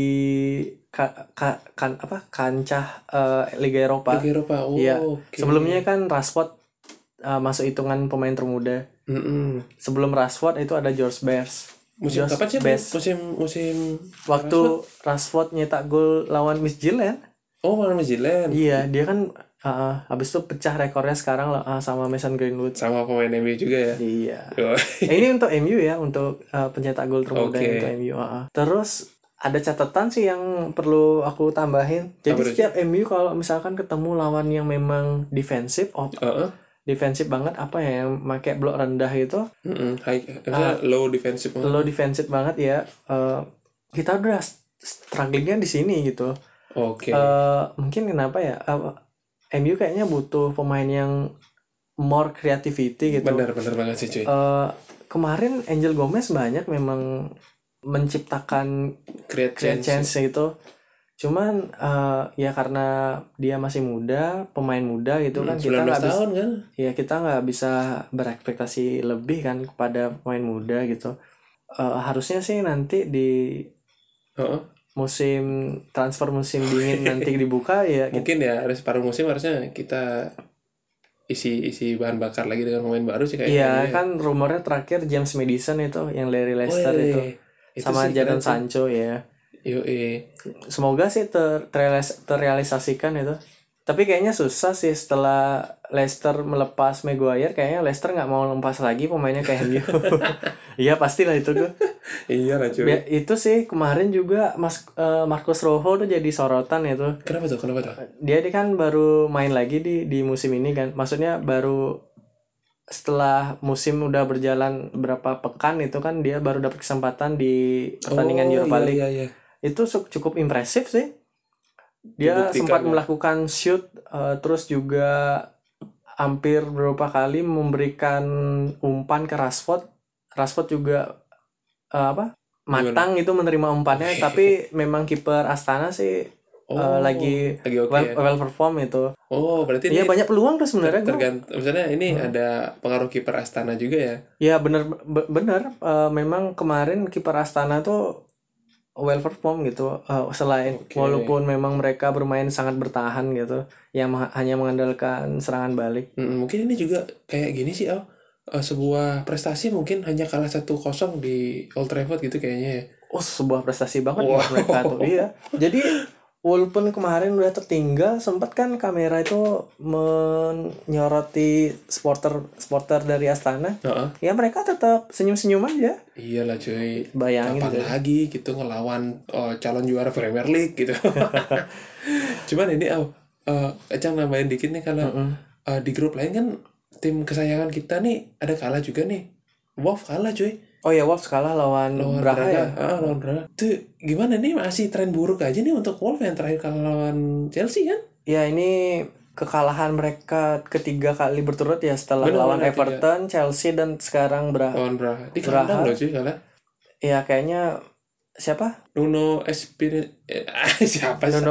kancah Liga Eropa. Liga Eropa. Oh, Iya. oke. Sebelumnya kan Rashford masuk hitungan pemain termuda. Sebelum Rashford itu ada George Best. Musim George kapan sih? Best. Musim Waktu Rashford nyetak gol lawan Midtjylland. Oh, malam New Zealand. Iya, dia kan habis itu pecah rekornya sekarang sama Mason Greenwood. Sama pemain MU juga ya. Iya. Yo. Ini untuk MU ya, untuk pencetak gol termuda Oke. untuk MU. Terus ada catatan sih yang perlu aku tambahin. Jadi Apa tuh? setiap MU kalau misalkan ketemu lawan yang memang defensif, defensif banget, apa ya, yang pakai blok rendah itu, Low defensive. low defensif banget ya. Kita udah strugglingnya di sini gitu. Oke. Mungkin kenapa ya? MU kayaknya butuh pemain yang more creativity gitu. Benar banget sih cuy. Kemarin Angel Gomez banyak memang menciptakan Create chance itu. Cuman ya karena dia masih muda, pemain muda gitu kan, kita 19 nggak bisa, tahun kan. ya kita nggak bisa berekspektasi lebih kan kepada pemain muda gitu. Harusnya sih nanti di transfer musim dingin nanti dibuka ya. Mungkin ya harus paruh musim harusnya kita isi bahan bakar lagi dengan pemain baru sih kayaknya. Iya kan rumornya terakhir James Maddison itu yang dari Leicester itu sama sih Jadon keren sih. Sancho ya. Yoi. Semoga sih terrealisasikan itu. Tapi kayaknya susah sih setelah Leicester melepas Maguire, kayaknya Leicester nggak mau lepas lagi pemainnya ke MU. Iya pastilah itu tuh. Iya lah cuy. Itu sih kemarin juga Marcus Rojo tuh jadi sorotan itu. Kenapa tuh? Dia kan baru main lagi di musim ini kan. Maksudnya baru setelah musim udah berjalan berapa pekan itu kan dia baru dapat kesempatan di pertandingan Europa League. Iya. Itu cukup impresif sih. Dia Dibuktikan, sempat ya. melakukan shoot, terus juga hampir beberapa kali memberikan umpan ke Rashford. Rashford juga apa matang itu menerima umpannya, tapi memang kiper Astana sih lagi oke ya. well perform itu. Oh, berarti Iya ini banyak peluang tuh sebenarnya gue. misalnya ini ada pengaruh kiper Astana juga ya. Ya bener memang kemarin kiper Astana tuh well perform gitu. Selain walaupun memang mereka bermain sangat bertahan gitu, yang hanya mengandalkan serangan balik. Mungkin ini juga kayak gini sih, sebuah prestasi mungkin hanya kalah 1-0 di Old Trafford gitu kayaknya ya. Oh, sebuah prestasi banget buat mereka tuh. Iya. Jadi walaupun kemarin udah tertinggal, sempat kan kamera itu menyoroti supporter dari Astana. Ya mereka tetap senyum-senyum aja. Iyalah cuy. Bayangin Kapan lagi gitu ngelawan calon juara Premier League gitu. Cuman ini Ecang nambahin dikit nih, kalau di grup lain kan tim kesayangan kita nih ada kalah juga nih. Wolf kalah cuy. Oh ya, Wolves kalah lawan Braga ya. Lawan Braga. Tuh gimana nih, masih tren buruk aja nih untuk Wolf yang terakhir kalah lawan Chelsea kan? Ya ini kekalahan mereka ketiga kali berturut ya, setelah lawan Everton, Chelsea, dan sekarang lawan Braga. Di kandang loh cuy kalah. Ya kayaknya siapa? Nuno Espirito siapa sih?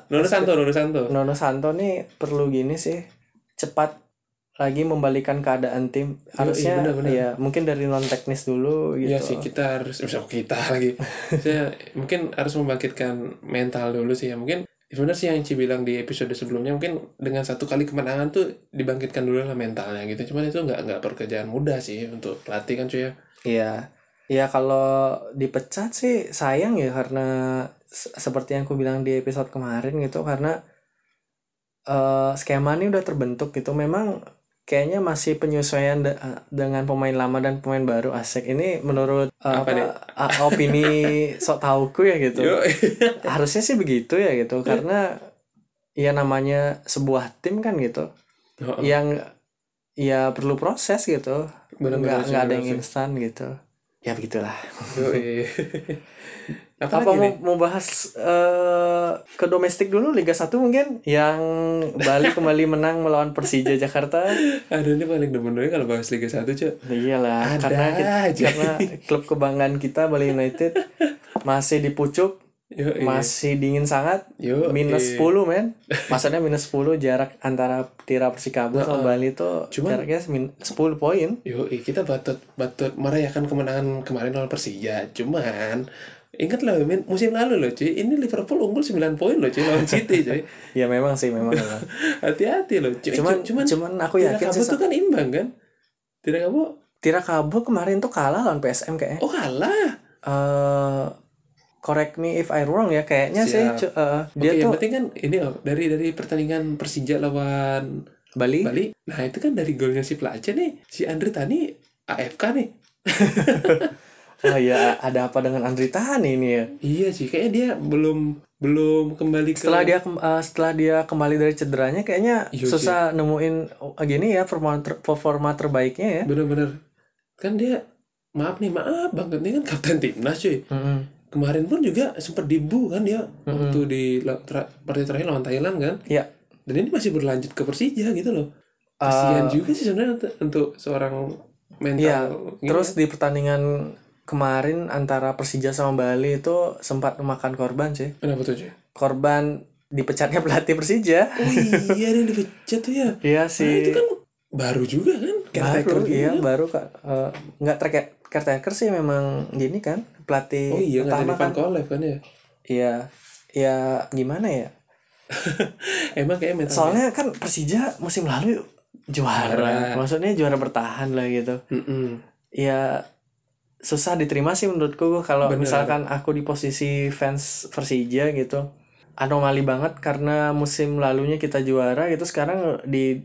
Nuno Santo nih perlu gini sih, cepat lagi membalikan keadaan tim. Harusnya ya mungkin dari non teknis dulu gitu. Iya sih, kita harus lagi. Saya mungkin harus membangkitkan mental dulu sih ya. Mungkin sebenarnya sih yang Ci bilang di episode sebelumnya, mungkin dengan 1 kali kemenangan tuh dibangkitkan dulu lah mentalnya gitu. Cuman itu nggak pekerjaan mudah sih untuk pelatih kan cuy ya. Iya. Ya kalau dipecat sih sayang ya, karena seperti yang aku bilang di episode kemarin gitu, karena skema ini udah terbentuk gitu. Memang kayaknya masih penyesuaian dengan pemain lama dan pemain baru. Asik ini menurut opini sok tauku ya gitu. Harusnya sih begitu ya gitu, karena ya namanya sebuah tim kan gitu, yang ya perlu proses gitu, nggak ada yang instan gitu. Ya begitulah. Apa mau bahas ke domestik dulu, Liga 1 mungkin, yang Bali kembali menang melawan Persija Jakarta. Aduh, ini paling demen kalau bahas Liga 1 cuy. Iyalah, karena klub kebanggaan kita Bali United masih di pucuk. Masih dingin sangat. Minus 10 men. Maksudnya minus 10 jarak antara Tira Persikabo sama Bali itu jaraknya 10 poin. Kita batut merayakan kemenangan kemarin lawan Persija. Cuman ingat loh musim lalu loh cuy, ini Liverpool unggul 9 poin loh cuy lawan City cuy. Ya memang sih. Hati-hati loh cuy. Cuman aku yakin Tirakabo tuh kan imbang kan. Tirakabo kemarin tuh kalah lawan PSM kayaknya. Oh kalah. Correct me if I wrong ya, kayaknya sih dia tuh penting kan ini dari pertandingan Persija lawan Bali. Nah itu kan dari golnya si Placa nih, si Andri Tani AFK nih. Oh iya, ada apa dengan Andri Tani ini ya? Iya sih, kayaknya dia belum kembali setelah dia kembali dari cederanya, kayaknya susah nemuin gini ya performa terbaiknya ya. Bener-bener kan dia maaf banget nih kan kapten timnas cuy. Kemarin pun juga sempat dibu kan dia waktu di partai terakhir lawan Thailand kan. Iya. Dan ini masih berlanjut ke Persija gitu loh. Kasihan juga sih sebenarnya untuk seorang mental. Iya. Terus di pertandingan kemarin antara Persija sama Bali itu sempat memakan korban sih. Kenapa tuh cuy? Korban dipecatnya pelatih Persija. Oh iya, dia dipecat tuh ya. Iya sih. Nah, itu kan baru juga kan. Baru Kak. Nggak caretaker sih, memang gini kan pelatih utama kan. Kolev kan ya. Iya. Ya gimana ya? Emang kayak mental. Soalnya kan Persija musim lalu juara. Maksudnya juara bertahan lah gitu. Ya susah diterima sih menurutku kalau misalkan aku di posisi fans Persija gitu. Anomali banget karena musim lalunya kita juara gitu, sekarang di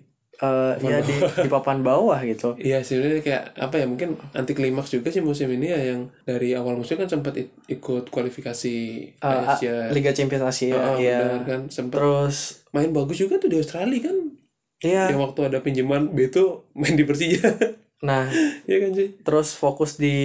papan bawah gitu. Iya sebenarnya kayak apa ya, mungkin anti klimaks juga sih musim ini ya, yang dari awal musim kan sempat ikut kualifikasi Asia, Liga Champions Asia kan, sempat terus main bagus juga tuh di Australia kan. Iya. Yang waktu ada pinjaman Beto main di Persija. Nah, iya kan sih. Terus fokus di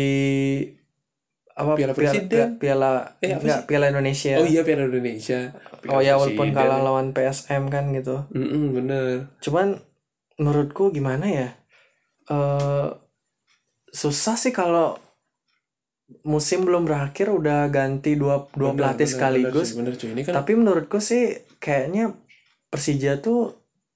Piala Presiden, Piala Indonesia. Oh iya, Piala Indonesia. Walaupun kalah lawan PSM kan gitu. Bener. Cuman menurutku gimana ya, susah sih kalau musim belum berakhir udah ganti dua pelatih sekaligus. Bener cuy. Ini kan Tapi menurutku sih kayaknya Persija tuh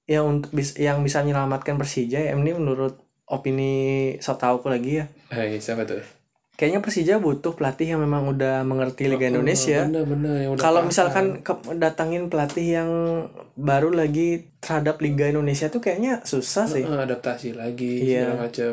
yang bisa menyelamatkan Persija ya, ini menurut opini so tauku lagi ya. hai siapa tuh? Kayaknya Persija butuh pelatih yang memang udah mengerti Liga Indonesia. Bener yang udah Kalau paham. misalkan datangin pelatih yang baru lagi terhadap Liga Indonesia tuh kayaknya susah sih. Adaptasi lagi Iya. segala macam.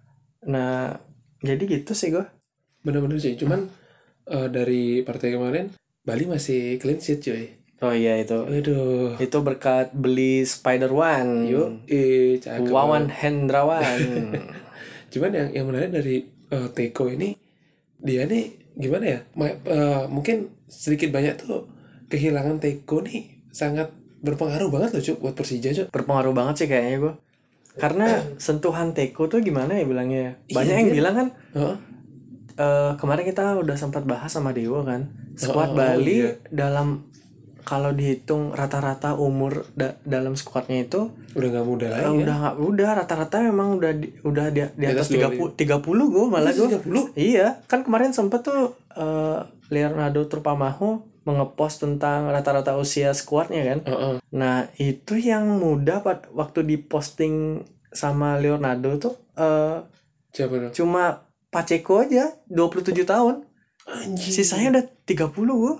Nah, jadi gitu sih gue. Bener-bener sih. Cuman dari partai kemarin Bali masih clean sheet cuy. Oh iya itu. Aduh. Itu berkat beli Spider One. Yuk, cakep. Wawan Hendrawan. Cuman yang menarik dari Teko ini, dia nih gimana ya? Mungkin sedikit banyak tuh kehilangan Teko nih sangat berpengaruh banget loh Cuk buat Persija Cuk. Berpengaruh banget sih kayaknya gue. Karena sentuhan Teko tuh gimana ya bilangnya ya. Banyak Iya, yang dia- bilang kan Heeh. kemarin kita udah sempat bahas sama Dewo kan. Skuad Bali iya. dalam kalau dihitung rata-rata umur dalam skuadnya itu Udah nggak muda lagi ya. udah nggak udah rata-rata memang udah di atas atas 30 gue malah gue. 30? Iya, kan kemarin sempet tuh Leonardo Trupamahu mengepost tentang rata-rata usia skuadnya kan. Heeh. Nah, itu yang muda waktu diposting sama Leonardo tuh Siapa tuh? cuma Pacheco aja 27 tahun. Anjing. Sisanya udah 30 gue.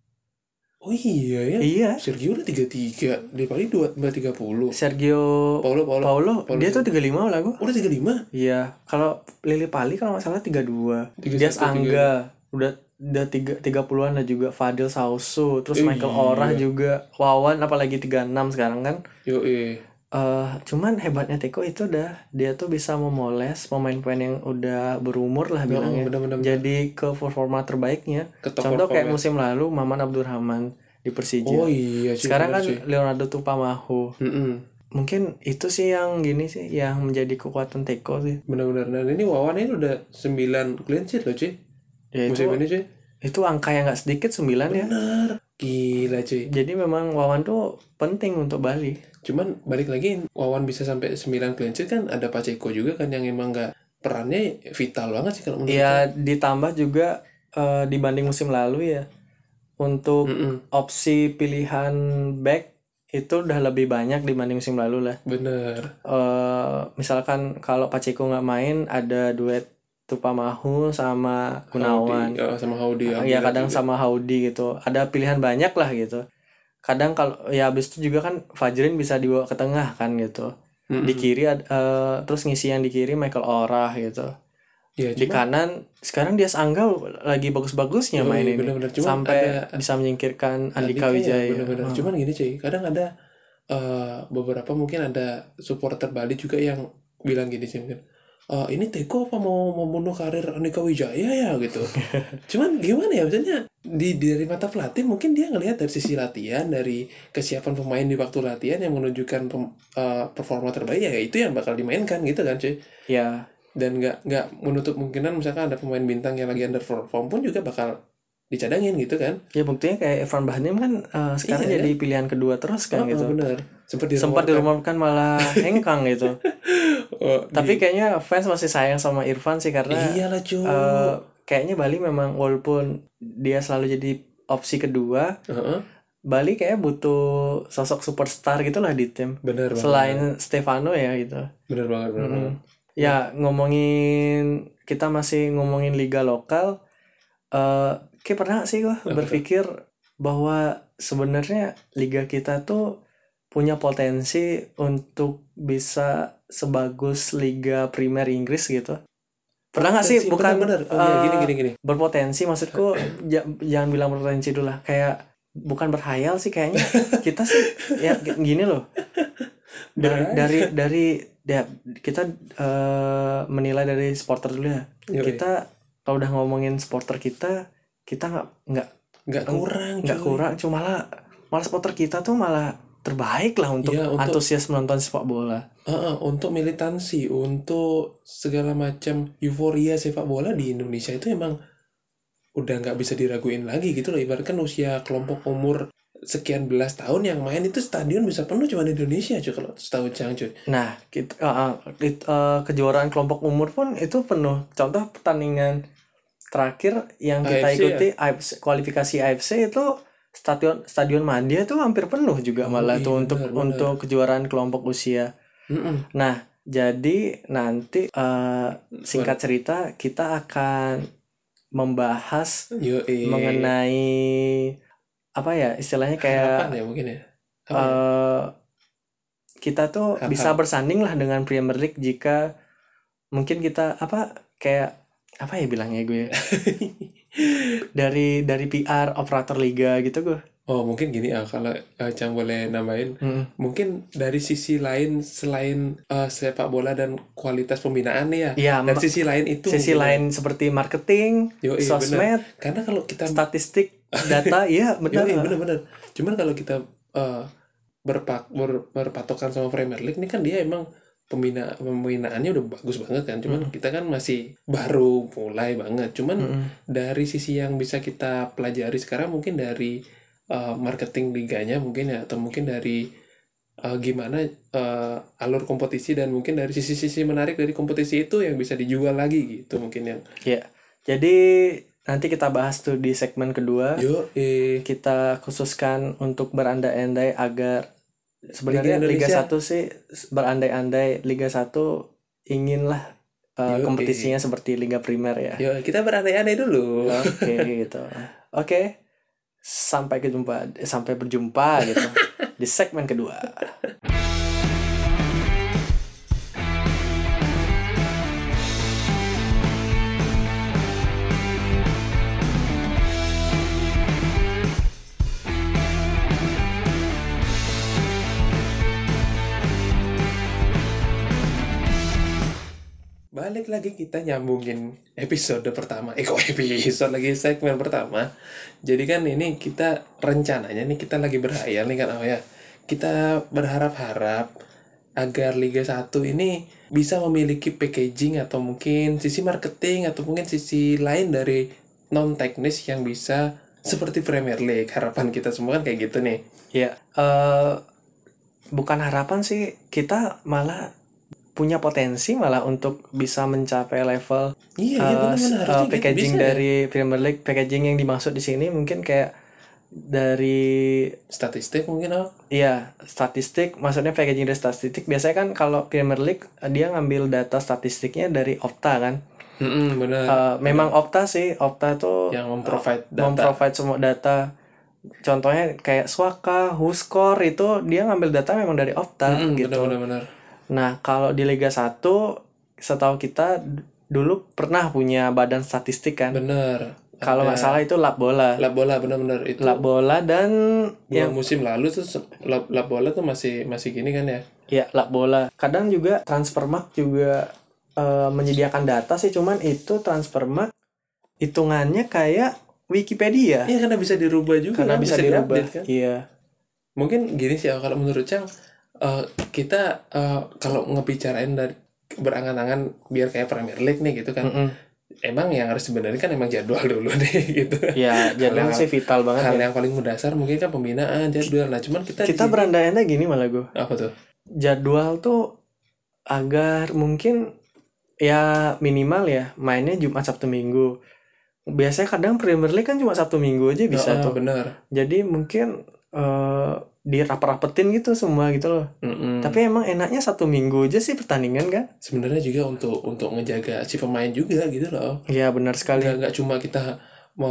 Oh iya ya. Iya. Sergio udah 33. Dia paling 30. Sergio Paulo. dia tuh 35 lah gue. Udah 35. Iya, kalau Lili Pali kalau nggak salah 32. 31, Dias Angga udah 30-an lah juga. Fadil Sausu, terus Michael Orah juga. Wawan apalagi 36 sekarang kan. Yo Cuman hebatnya Teko itu dia tuh bisa memoles pemain-pemain yang udah berumur lah bilangnya. bener-bener. Jadi ke performa terbaiknya. Ke top Contoh kayak performance. musim lalu Maman Abdurrahman di Persija. Oh iya sih. Sekarang bener kan sih. Leonardo Tupamahu. Mungkin itu sih yang gini sih yang menjadi kekuatan Teko sih. Benar-benar. Nah ini Wawan ini udah 9 clean sheet loh cuy. Ya Musim ini cuy. itu angka yang nggak sedikit 9 ya. Benar. Gila cuy. Jadi memang Wawan tuh penting untuk Bali. Cuman balik lagi Wawan bisa sampai 9 clean sheet kan ada Pacheco juga kan yang emang nggak perannya vital banget sih kalau menurut. Ya ditambah juga dibanding musim lalu ya. Untuk opsi pilihan back itu udah lebih banyak dibanding musim lalu lah. Bener. Misalkan kalau Pacheco nggak main ada duet Tupamahu sama Gunawan. Sama Howdy. Ya kadang sama Howdy gitu. Ada pilihan banyak lah gitu. Kadang kalau ya abis itu juga kan Fajrin bisa dibawa ke tengah kan gitu. Di kiri terus ngisi yang di kiri Michael Orah gitu. Ya, Di kanan sekarang Dias Angga lagi bagus-bagusnya main ini. bener-bener. Cuman Sampai bisa menyingkirkan Andika Wijaya. Bener-bener. Cuman gini cuy, kadang ada beberapa mungkin ada supporter Bali juga yang bilang gini sih mungkin, ini Teko apa mau membunuh karir Andika Wijaya ya gitu. Cuman gimana ya maksudnya dari mata pelatih mungkin dia ngelihat dari sisi latihan, dari kesiapan pemain di waktu latihan yang menunjukkan performa terbaik ya itu yang bakal dimainkan gitu kan cuy. Ya. Dan nggak menutup kemungkinan misalkan ada pemain bintang yang lagi underperform pun juga bakal dicadangin gitu kan. Ya buktinya kayak Evan Bahdim kan sekarang jadi pilihan kedua terus kan gitu. Bener. Sempat dirumorkan malah hengkang gitu. Tapi kayaknya fans masih sayang sama Irfan sih karena iyalah cuy. Kayaknya Bali memang walaupun dia selalu jadi opsi kedua, Bali kayaknya butuh sosok superstar gitulah di tim. Bener banget. Selain Stefano ya gitu. Bener banget. Ya kita masih ngomongin liga lokal. Kayak pernah sih gue berpikir bahwa sebenarnya liga kita tuh punya potensi untuk bisa sebagus liga Premier Inggris gitu. Pernah nggak sih? Bukan bener. Gini. Berpotensi maksudku jangan bilang berpotensi dulu lah. Kayak bukan berhayal sih kayaknya. Kita sih ya gini loh. Dari ya kita menilai dari supporter dulu ya. Kita kalau udah ngomongin supporter kita nggak kurang, cuma malah supporter kita tuh malah terbaik lah untuk antusias menonton sepak bola. Untuk militansi, untuk segala macam euforia sepak bola di Indonesia itu emang udah nggak bisa diraguin lagi gitu loh. Ibaratkan usia kelompok umur sekian belas tahun yang main itu stadion bisa penuh cuma di Indonesia cuy kalau setahu Cang cuy. Nah, kejuaraan kelompok umur pun itu penuh. Contoh pertandingan terakhir yang kita AFC ikuti kualifikasi AFC itu stadion Madia tuh hampir penuh juga malah tuh untuk kejuaraan kelompok usia. Nah, jadi nanti singkat cerita kita akan membahas mengenai apa ya istilahnya kayak harapan ya mungkin ya. Kita tuh bisa bersanding lah dengan Premier League jika mungkin kita kayak apa ya bilangnya gue dari PR operator liga gitu gue. Oh mungkin gini kalau Cang boleh nambahin, mungkin dari sisi lain selain sepak bola dan kualitas pembinaan nih ya, dari sisi lain itu sisi lain seperti marketing, sosmed, karena kalau kita statistik data iya benar. Cuman kalau kita berpatokan sama Premier League ini kan dia emang pembinaannya udah bagus banget kan, cuman kita kan masih baru mulai banget. Cuman dari sisi yang bisa kita pelajari sekarang mungkin dari marketing liganya mungkin ya, atau mungkin dari gimana alur kompetisi, dan mungkin dari sisi-sisi menarik dari kompetisi itu yang bisa dijual lagi gitu mungkin yang. Ya, jadi nanti kita bahas tuh di segmen kedua. Kita khususkan untuk berandai-andai agar sebenarnya Liga 1 sih berandai-andai Liga 1 inginlah kompetisinya seperti Liga Primer ya. Yuk, kita berandai-andai dulu. Oke gitu. Oke. Sampai berjumpa gitu di segmen kedua. Balik lagi kita nyambungin episode pertama. Episode lagi segmen pertama. Jadi kan ini kita rencananya nih kita lagi berhayal nih kan ya. Kita berharap-harap agar Liga 1 ini bisa memiliki packaging atau mungkin sisi marketing atau mungkin sisi lain dari non teknis yang bisa seperti Premier League. Harapan kita semua kan kayak gitu nih. Ya, bukan harapan sih, kita malah punya potensi malah untuk bisa mencapai level packaging gitu, dari Premier League. Packaging yang dimaksud di sini mungkin kayak dari statistik mungkin Iya, statistik, maksudnya packaging dari statistik. Biasanya kan kalau Premier League dia ngambil data statistiknya dari Opta kan. Benar. Memang Opta tuh yang memprovide semua data. Contohnya kayak Swaka, WhoScore itu dia ngambil data memang dari Opta gitu. Benar. Nah, kalau di Liga 1 setahu kita dulu pernah punya badan statistik kan. Bener. Kalau nggak salah itu Lab Bola benar itu. Lab Bola dan yang musim lalu tuh Lab Bola tuh masih gini kan ya. Iya, Lab Bola. Kadang juga Transfermarkt juga menyediakan data sih, cuman itu Transfermarkt hitungannya kayak Wikipedia. Iya, karena bisa dirubah juga. Karena bisa dirubah kan. Iya. Mungkin gini sih kalau menurut Cang, kita kalau ngebicarain dari berangan-angan biar kayak Premier League nih gitu kan. Emang yang harus sebenarnya kan emang jadwal dulu nih gitu. Ya, jadwal sih vital banget. Hal yang paling mendasar mungkin kan pembinaan, jadwal. Nah, cuman kita berandai-andai gini malah gue. Apa tuh? Jadwal tuh agar mungkin ya minimal ya mainnya Jumat Sabtu Minggu. Biasanya kadang Premier League kan cuma Sabtu Minggu aja bisa tuh. Benar. Jadi mungkin dirapet-rapetin gitu semua gitu loh. Tapi emang enaknya Sabtu Minggu aja sih pertandingan kan. Sebenarnya juga untuk ngejaga si pemain juga gitu loh. Iya benar sekali. Nggak cuma kita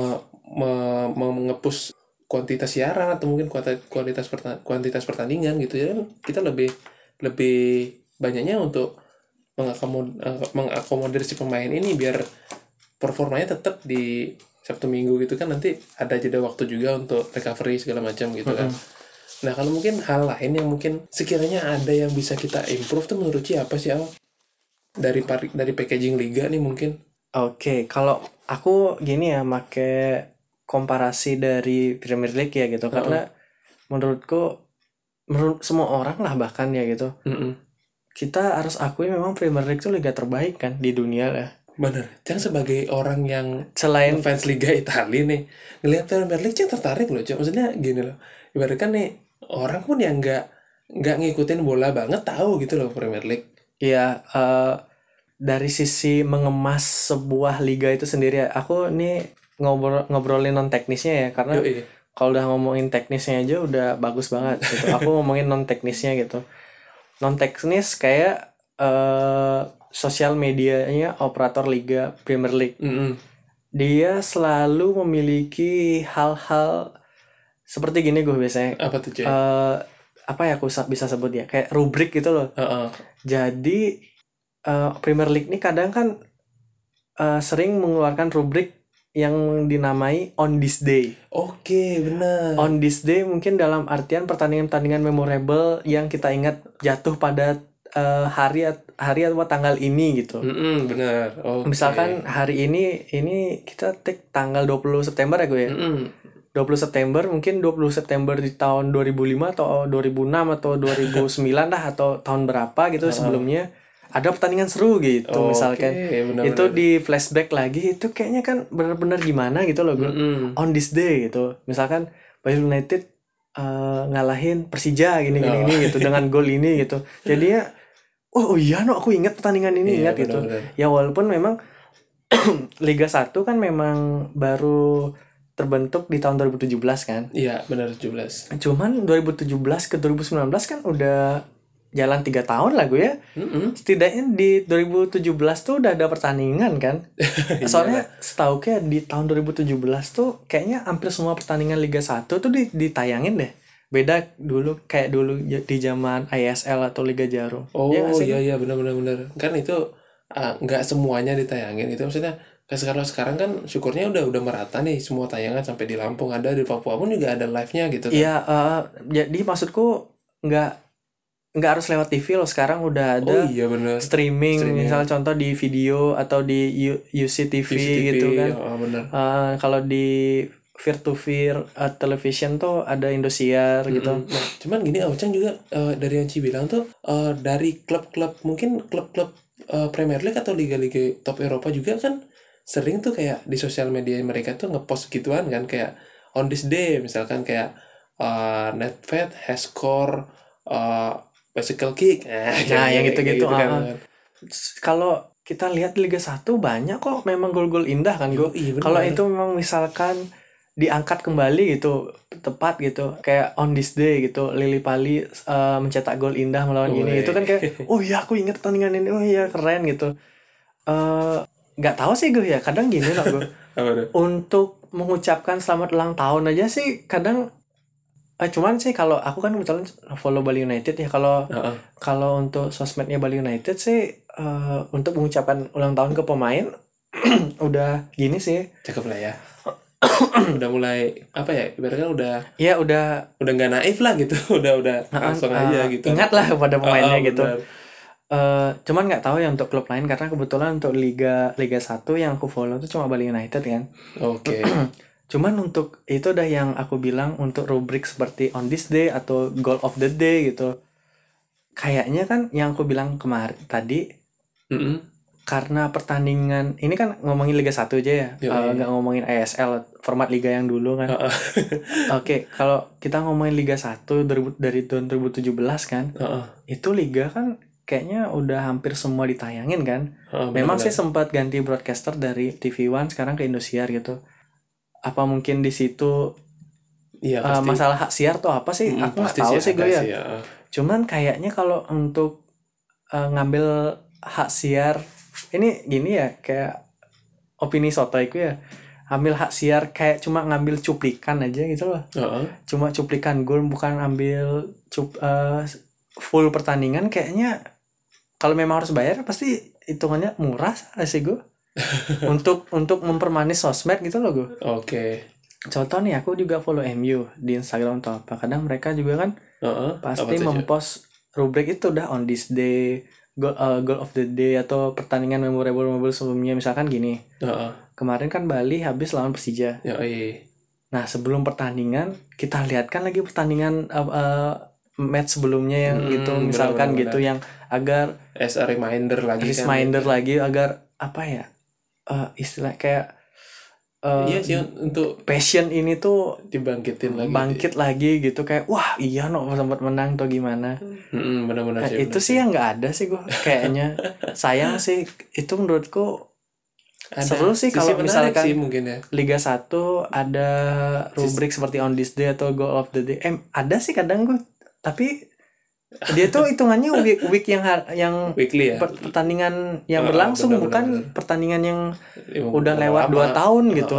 mengepus kuantitas siaran atau mungkin kuantitas pertandingan gitu ya. Kita lebih banyaknya untuk mengakomodir si pemain ini biar performanya tetap di Sabtu Minggu gitu kan, nanti ada jeda waktu juga untuk recovery segala macam gitu kan. Nah, kalau mungkin hal lain yang mungkin sekiranya ada yang bisa kita improve tuh menurut Ci apa sih Al? Dari packaging liga nih mungkin. Oke, kalau aku gini ya make komparasi dari Premier League ya gitu, karena menurut semua orang lah bahkan ya gitu. Kita harus akui memang Premier League itu liga terbaik kan di dunia lah. Bener. Cang sebagai orang yang selain fans Liga Italia nih, ngelihat Premier League Cang tertarik loh, Cang. Maksudnya gini loh. Ibaratkan nih orang pun yang nggak ngikutin bola banget tahu gitu loh Premier League. Iya, dari sisi mengemas sebuah liga itu sendiri ya, aku nih ngobrolin non teknisnya ya, karena Yoi. kalau udah ngomongin teknisnya aja udah bagus banget gitu. Aku ngomongin non teknisnya gitu. Non teknis kayak sosial medianya operator liga Premier League. Mm-mm. Dia selalu memiliki hal-hal seperti gini gue biasanya. Apa tuh, Cuy? Apa ya aku bisa sebut ya, kayak rubrik gitu loh. Heeh. Jadi Premier League ini kadang kan sering mengeluarkan rubrik yang dinamai on this day. Oke, benar. On this day mungkin dalam artian pertandingan-pertandingan memorable yang kita ingat jatuh pada hari atau tanggal ini gitu. Benar. Oke. Misalkan hari ini kita take tanggal 20 September ya gue ya. 20 September mungkin 20 September di tahun 2005 atau 2006 atau 2009 lah, atau tahun berapa gitu sebelumnya ada pertandingan seru gitu. Oke, Misalkan benar-benar. itu di flashback lagi, itu kayaknya kan benar-benar gimana gitu loh gue. On this day gitu, misalkan Bali United ngalahin Persija gini gitu dengan gol ini gitu, jadinya oh iya no, aku ingat pertandingan ini, Iya, ingat gitu benar-benar. ya. Walaupun memang Liga 1 kan memang baru terbentuk di tahun 2017 kan. Iya, benar 17. Cuman 2017 ke 2019 kan udah jalan 3 tahun lah gue ya. Setidaknya di 2017 tuh udah ada pertandingan kan. Soalnya setahu kayak di tahun 2017 tuh kayaknya hampir semua pertandingan Liga 1 tuh ditayangin deh. Beda dulu kayak dulu di zaman ISL atau Liga Jarum. Oh Ya nggak sih? iya benar. Kan itu nggak semuanya ditayangin. Itu maksudnya kalau sekarang kan syukurnya udah merata nih semua tayangan, sampai di Lampung ada, di Papua pun juga ada live-nya gitu kan. Iya, jadi maksudku nggak harus lewat TV loh, sekarang udah ada Oh iya benar. streaming, misalnya contoh di video atau di UCTV gitu kan. benar. Kalau di peer to peer television tuh ada Indosiar gitu. Nah, cuman gini Ocang juga dari yang Ci bilang tuh dari klub-klub, mungkin klub-klub Premier League atau liga-liga top Eropa juga kan sering tuh kayak di sosial media mereka tuh ngepost gituan kan, kayak on this day misalkan kayak Nedved has score bicycle kick. Nah, yang kayak gitu-gitu, kan. Kalau kita lihat di Liga 1 banyak kok memang gol-gol indah kan gue. Yoi, benar. Kalau itu memang misalkan diangkat kembali gitu tepat gitu, kayak on this day gitu, Lili Pali mencetak gol indah melawan ini, itu kan kayak oh iya aku ingat pertandingan ini, oh iya keren gitu. Nggak tahu sih gue ya, kadang gini loh gue. Apa tuh? Untuk mengucapkan selamat ulang tahun aja sih kadang cuman sih kalau aku kan kebetulan follow Bali United ya, kalau untuk sosmednya Bali United sih untuk mengucapkan ulang tahun ke pemain udah gini sih, Cakep lah ya. Udah mulai apa ya, ibaratnya ya udah nggak naif lah gitu. udah langsung aja gitu. ingat lah kepada pemainnya gitu. benar. Cuman nggak tahu ya untuk klub lain, karena kebetulan untuk Liga 1 yang aku follow tuh cuma Bali United kan. Oke. Cuman untuk itu udah yang aku bilang, untuk rubrik seperti on this day atau goal of the day gitu, kayaknya kan yang aku bilang kemarin tadi, karena pertandingan ini kan ngomongin Liga 1 aja ya, nggak ngomongin ISL format liga yang dulu kan. Oke, kalau kita ngomongin Liga 1 dari tahun 2017 kan, itu liga kan kayaknya udah hampir semua ditayangin kan. Memang sih sempat ganti broadcaster dari TV One sekarang ke Indosiar gitu. Apa mungkin di situ masalah hak siar tuh apa sih? Aku nggak tahu sih gue ya. Cuman kayaknya kalau untuk ngambil hak siar ini gini ya, kayak opini sotoiku ya, ambil hak siar kayak cuma ngambil cuplikan aja gitu loh. Cuma cuplikan gol, bukan ambil full pertandingan. Kayaknya kalau memang harus bayar pasti hitungannya murah sih gue. untuk mempermanis sosmed gitu loh gue. Oke. Contoh nih, aku juga follow MU di Instagram atau apa, kadang mereka juga kan pasti mempost rubrik itu udah on this day, goal of the day, atau pertandingan memorable sebelumnya. Misalkan gini, kemarin kan Bali habis lawan Persija. Nah sebelum pertandingan kita lihatkan lagi pertandingan match sebelumnya yang gitu, misalkan gitu, yang agar as a reminder lagi agar apa ya, istilah kayak Iya sih, untuk passion ini tuh dibangkitin lagi. bangkit lagi gitu, kayak wah iya no sempat menang atau gimana. Benar-benar sih, Itu benar sih yang nggak ada sih gue kayaknya. Sayang sih, itu menurutku seru Ada sih sisi kalau menarik sih misalkan mungkin ya. Liga 1 ada rubrik seperti On This Day atau Goal of the Day. Ada sih kadang gue, tapi dia tuh hitungannya week yang Weekly ya. pertandingan yang berlangsung, benar, bukan benar. pertandingan yang Yang udah lewat lama. 2 tahun gitu.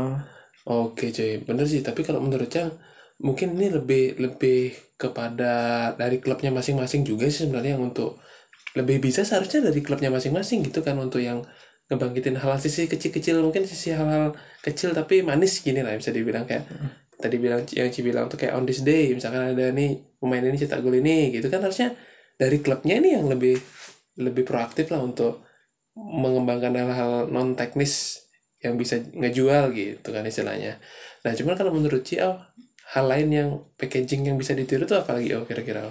Oke cuy, bener sih. Tapi kalau menurut Cang, mungkin ini lebih lebih kepada dari klubnya masing-masing juga sih sebenarnya, yang untuk lebih bisa seharusnya dari klubnya masing-masing gitu kan, untuk yang ngebangkitin hal sisi kecil-kecil, mungkin sisi hal-hal kecil tapi manis gini lah, bisa dibilang kayak tadi bilang yang Ci bilang tuh, kayak On This Day misalkan ada nih pemain ini cetak gol ini gitu kan, harusnya dari klubnya ini yang lebih lebih proaktif lah untuk mengembangkan hal-hal non teknis yang bisa ngejual gitu kan istilahnya. Nah cuman kalau menurut Ci, hal lain yang packaging yang bisa ditiru tuh apalagi kira-kira?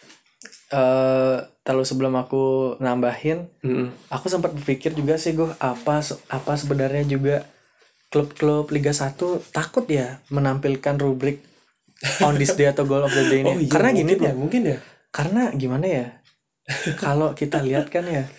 Terlalu sebelum aku nambahin, aku sempat berpikir juga sih gue, apa sebenarnya juga klub-klub Liga 1 takut ya menampilkan rubrik On This Day atau Goal of the Day ini. Iya, Karena gini mungkin bro, ya, mungkin ya. karena gimana ya, kalau kita lihat kan ya,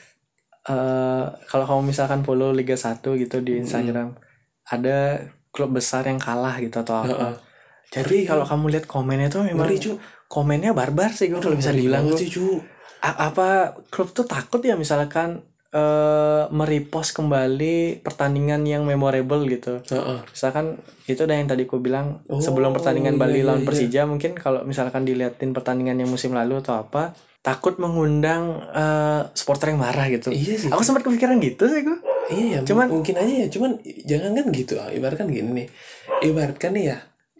kalau kamu misalkan follow Liga 1 gitu di Instagram, ada klub besar yang kalah gitu atau apa. Jadi kalau kamu lihat komennya tuh memang komennya barbar sih gue, kalau bisa dibilang gue. Apa klub tuh takut ya misalkan merepost kembali pertandingan yang memorable gitu. Misalkan itu udah yang tadi aku bilang, sebelum pertandingan Bali lawan Persija, mungkin kalau misalkan diliatin pertandingan yang musim lalu atau apa, takut mengundang supporter yang marah gitu. Iya sih. Aku sempat kepikiran gitu sih gue. Iya, mungkin aja ya. Cuman jangan kan gitu. Ibaratkan gini nih. Ibaratkan nih ya,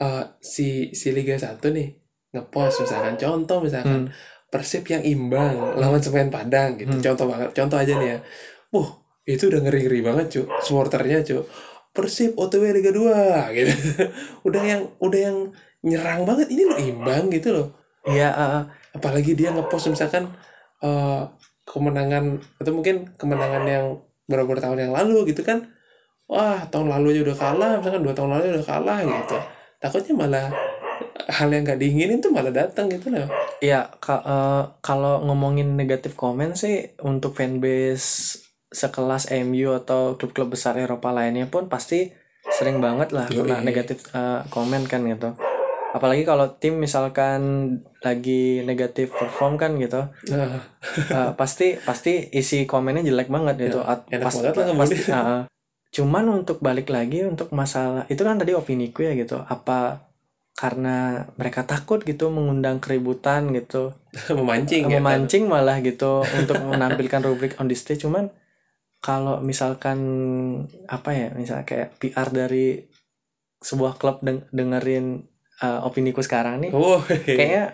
si Liga 1 nih ngepost misalkan, contoh misalkan Persib yang imbang lawan Semen Padang gitu. Contoh aja nih ya. Itu udah ngeri-ngeri banget, cu. Supporternya, cu. Persib OTW Liga 2 gitu. udah yang nyerang banget, ini lo imbang gitu loh. Iya, Apalagi dia ngepost misalkan kemenangan, atau mungkin kemenangan yang beberapa tahun yang lalu gitu kan, wah tahun lalu aja udah kalah, misalkan 2 tahun lalu udah kalah gitu, takutnya malah hal yang gak diinginin tuh malah datang gitu loh. Iya, kalau ngomongin negatif komen sih, untuk fanbase sekelas MU atau klub-klub besar Eropa lainnya pun pasti sering banget lah kena negatif komen kan gitu. Apalagi kalau tim misalkan lagi negatif perform kan gitu, pasti isi komennya jelek banget gitu. Enak banget lah kemudian. Cuman untuk balik lagi untuk masalah itu kan tadi opiniku ya gitu, apa karena mereka takut gitu mengundang keributan gitu, memancing malah gitu untuk menampilkan rubrik On This Day. Cuman kalau misalkan apa ya, misalnya kayak PR dari sebuah klub dengerin opiniku sekarang nih, kayaknya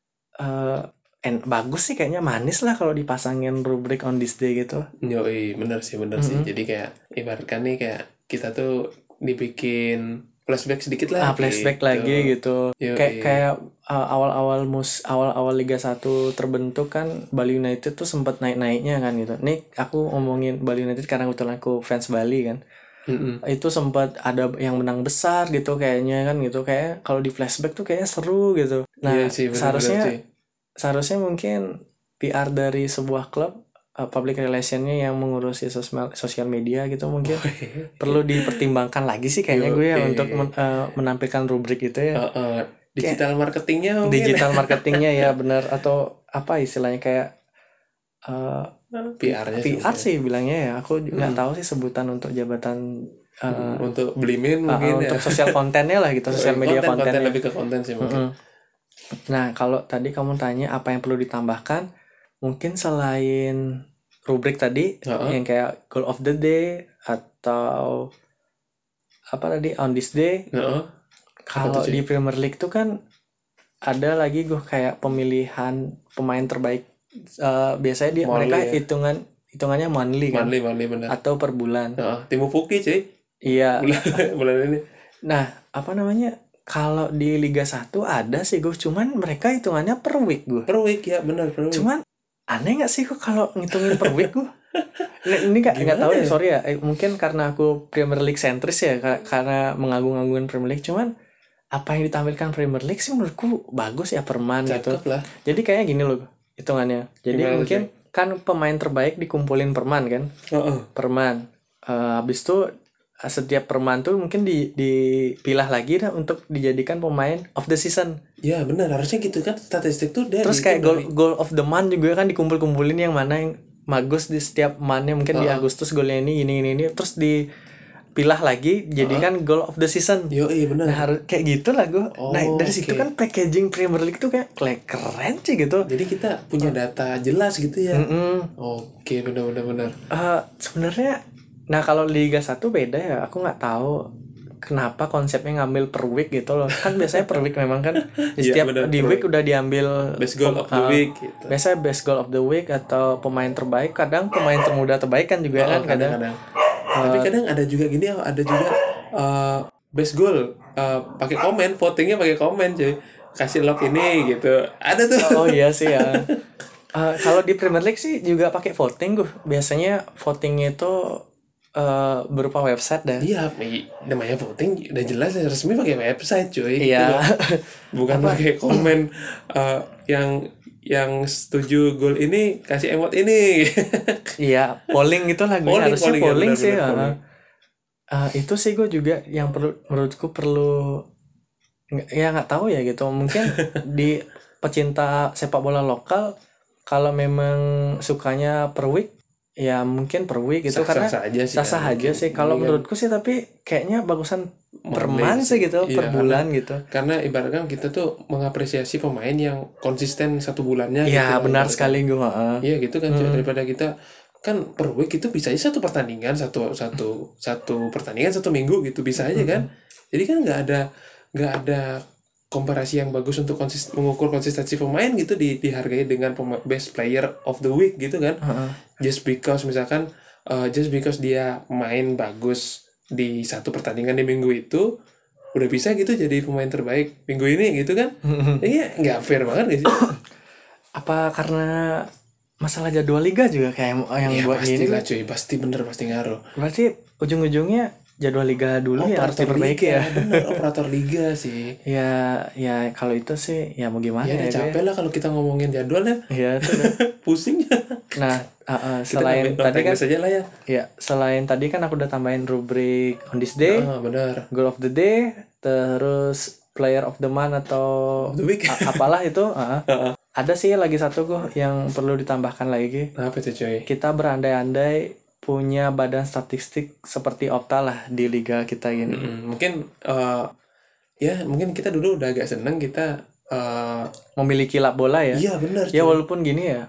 bagus sih, kayaknya manis lah kalau dipasangin rubrik On This Day gitu. Yoi, bener sih. Jadi kayak ibaratkan nih, kayak kita tuh dibikin flashback sedikit lah. Flashback gitu lagi gitu. Kayak awal-awal Liga 1 terbentuk kan, Bali United tuh sempat naik-naiknya kan gitu. Nih aku ngomongin Bali United karena kebetulan aku fans Bali kan. Itu sempat ada yang menang besar gitu kayaknya kan gitu. Kayak kalau di flashback tuh kayaknya seru gitu. Nah, seharusnya mungkin PR dari sebuah klub, public relationnya yang mengurusi sosial media gitu, mungkin perlu dipertimbangkan lagi sih kayaknya gue ya, untuk menampilkan rubrik itu ya. Digital marketingnya mungkin. Digital marketingnya ya benar, atau apa istilahnya, kayak PR sih bilangnya ya. Aku nggak tahu sih sebutan untuk jabatan untuk belimin mungkin untuk sosial kontennya lah gitu, sosial media kontennya. Lebih ke konten sih mungkin. Nah, kalau tadi kamu tanya apa yang perlu ditambahkan, mungkin selain rubrik tadi yang kayak Goal of the Day atau apa tadi On This Day, kalau di Premier League tuh kan ada lagi gue kayak pemilihan pemain terbaik. Biasanya mereka hitungannya monthly kan, bener. atau per bulan. Timo Pukki cuy. Iya. Bulan ini. Nah, apa namanya? Kalau di Liga 1 ada sih gue, cuman mereka hitungannya per week gue. Per week ya, benar, per week. Cuman aneh gak sih gue kalau ngitungin per week gue? Ini nggak tahu Gimana ya, ya? sorry ya. Mungkin karena aku Premier League sentris ya, karena mengagung-agungkan Premier League. Cuman apa yang ditampilkan Premier League sih menurutku bagus ya, perman gitu. Cakep lah. Jadi kayaknya gini loh hitungannya. Jadi Gimana tuh, mungkin Coy? kan pemain terbaik dikumpulin perman kan, Oh, perman. Habis itu setiap perman tuh mungkin dipilah lagi dah untuk dijadikan pemain of the season. ya benar, harusnya gitu kan, statistik tuh dari Terus itu kayak goal dari. goal of the month juga kan dikumpul-kumpulin yang mana yang bagus di setiap monthnya, mungkin di Agustus golnya ini terus dipilah lagi jadikan goal of the season. Yo, iya benar. Nah harus kayak gitu lah gue. Nah Oh, dari situ oke. kan packaging Premier League tuh kayak keren sih gitu. Jadi kita punya data jelas gitu ya. Oke, benar-benar benar. Sebenarnya, nah kalau Liga 1 beda ya. Aku nggak tahu kenapa konsepnya ngambil per week gitu loh. Kan biasanya per week memang kan di Iya, setiap benar, di per week udah diambil Best goal of the week gitu. biasanya best goal of the week atau pemain terbaik, kadang pemain termuda terbaik kan juga kan kadang. Kadang-kadang. Tapi kadang ada juga gini, ada juga best goal pakai komen, votingnya pakai komen, cuy. Kasih love ini gitu. Ada tuh. Oh iya sih ya. Kalau di Premier League sih juga pakai voting gue. Biasanya votingnya itu berupa website dah. Iya, namanya voting udah jelas ya, resmi pakai website, cuy. Gitu Iya. loh. Bukan pakai komen yang setuju gol ini kasih emot ini. Iya, polling itu lah gue harusnya Polling, ya, polling sih. benar-benar polling. Itu sih gue juga yang menurutku perlu, ya nggak tahu ya gitu. Mungkin di pecinta sepak bola lokal kalau memang sukanya per week ya mungkin per week gitu, karena Sah-sah aja sih, sah-sah kan, aja mungkin. sih kalau Iya. menurutku sih, tapi kayaknya bagusan per Monthly month sih gitu, Iya, per bulan gitu. Karena ibaratkan kita tuh mengapresiasi pemain yang konsisten satu bulannya gitu Iya loh, benar ibaratkan. sekali gue. Iya gitu kan, cuy. Daripada kita kan per week itu bisa aja satu pertandingan, satu pertandingan satu minggu gitu bisa aja kan. Jadi kan nggak ada komparasi yang bagus untuk mengukur konsistensi pemain gitu, dihargai dengan best player of the week gitu kan. Just because misalkan just because dia main bagus di satu pertandingan di minggu itu udah bisa gitu jadi pemain terbaik minggu ini gitu kan. Iya, nggak fair banget gak sih? Apa karena masalah jadwal liga juga kayak yang Ya buat pasti ini? lah, cuy, pasti ngaruh. Berarti ujung-ujungnya jadwal liga dulu ya harus diperbaiki liga, ya. bener, operator liga sih. Ya kalau itu sih ya mau gimana Ya ya, udah gue. capek lah kalau kita ngomongin jadwal ya. Ya itu dah. Pusing. Nah, Kita selain tadi kan, aja lah ya. ya selain tadi kan aku udah tambahin rubrik on this day, Benar. goal of the day, terus player of the month atau Of the week. apalah itu. Ada sih lagi satu gue yang perlu ditambahkan lagi. Apa tuh, cuy? Kita berandai-andai punya badan statistik seperti Opta lah di liga kita gini. Mungkin mungkin kita dulu udah agak seneng kita Memiliki lab bola ya. iya benar, Ya cuy. walaupun gini ya,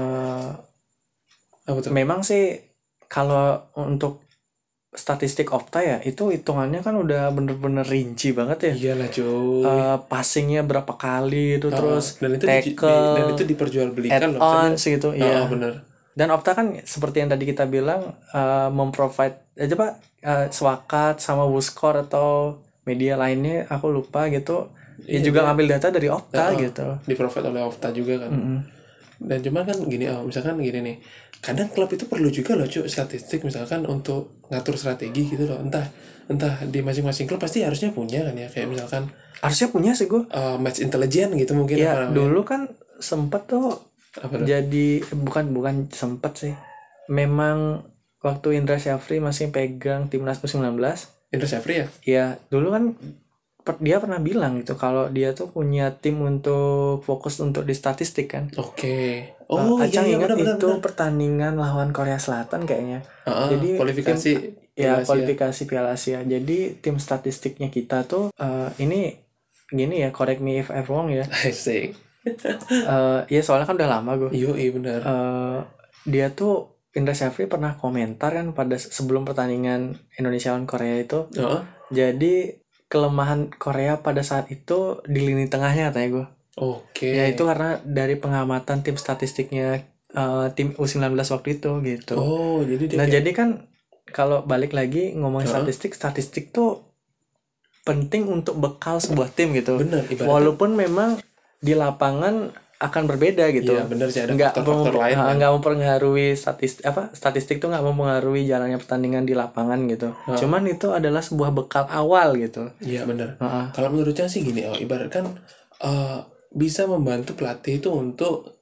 Apa tuh? memang sih kalau untuk statistik Opta ya itu hitungannya kan udah bener-bener rinci banget ya. Iyalah, cuy. Passingnya berapa kali itu, terus dan itu tackle, diperjualbelikan loh. add-ons gitu. Iya. Benar. Dan Opta kan seperti yang tadi kita bilang memprovide aja Pak Swakat sama WhoScore atau media lainnya aku lupa gitu. Ya juga ngambil data dari Opta gitu. Di-provide oleh Opta juga kan. Dan cuma kan gini, misalkan gini nih. Kadang klub itu perlu juga loh, cuy, statistik misalkan untuk ngatur strategi gitu loh. Entah di masing-masing klub pasti harusnya punya kan ya. Kayak misalkan Harusnya punya sih gue. match intelligence gitu mungkin. Ya dulu kan sempet tuh Apa tuh? jadi bukan sempet sih. Memang waktu Indra Syafri masih pegang timnas U19, Indra Syafri ya? ya dulu kan dia pernah bilang gitu kalau dia tuh punya tim untuk fokus untuk di statistik kan. Oke. Acang ingat benar. itu pertandingan lawan Korea Selatan kayaknya. Jadi kualifikasi ya Piala Asia. kualifikasi Piala Asia. Jadi tim statistiknya kita tuh ini gini ya, correct me if I'm wrong ya. Asik. Ya soalnya kan udah lama gue. Iya benar. Dia tuh Indra Syafri pernah komentar kan pada sebelum pertandingan Indonesia lawan Korea itu. Jadi kelemahan Korea pada saat itu di lini tengahnya katanya gue. Oke. Ya itu karena dari pengamatan tim statistiknya tim U19 waktu itu gitu. Jadi dia Nah jadi kan kalau balik lagi ngomongin statistik tuh penting untuk bekal sebuah tim gitu. Benar, ibaratnya. Walaupun memang di lapangan akan berbeda gitu. Iya, benar sih, ada Nggak faktor-faktor lain kan. nggak mempengaruhi statistik tuh nggak mempengaruhi jalannya pertandingan di lapangan gitu. Cuman itu adalah sebuah bekal awal gitu. Iya benar. Kalau menurut Cang sih gini, ibaratkan bisa membantu pelatih itu untuk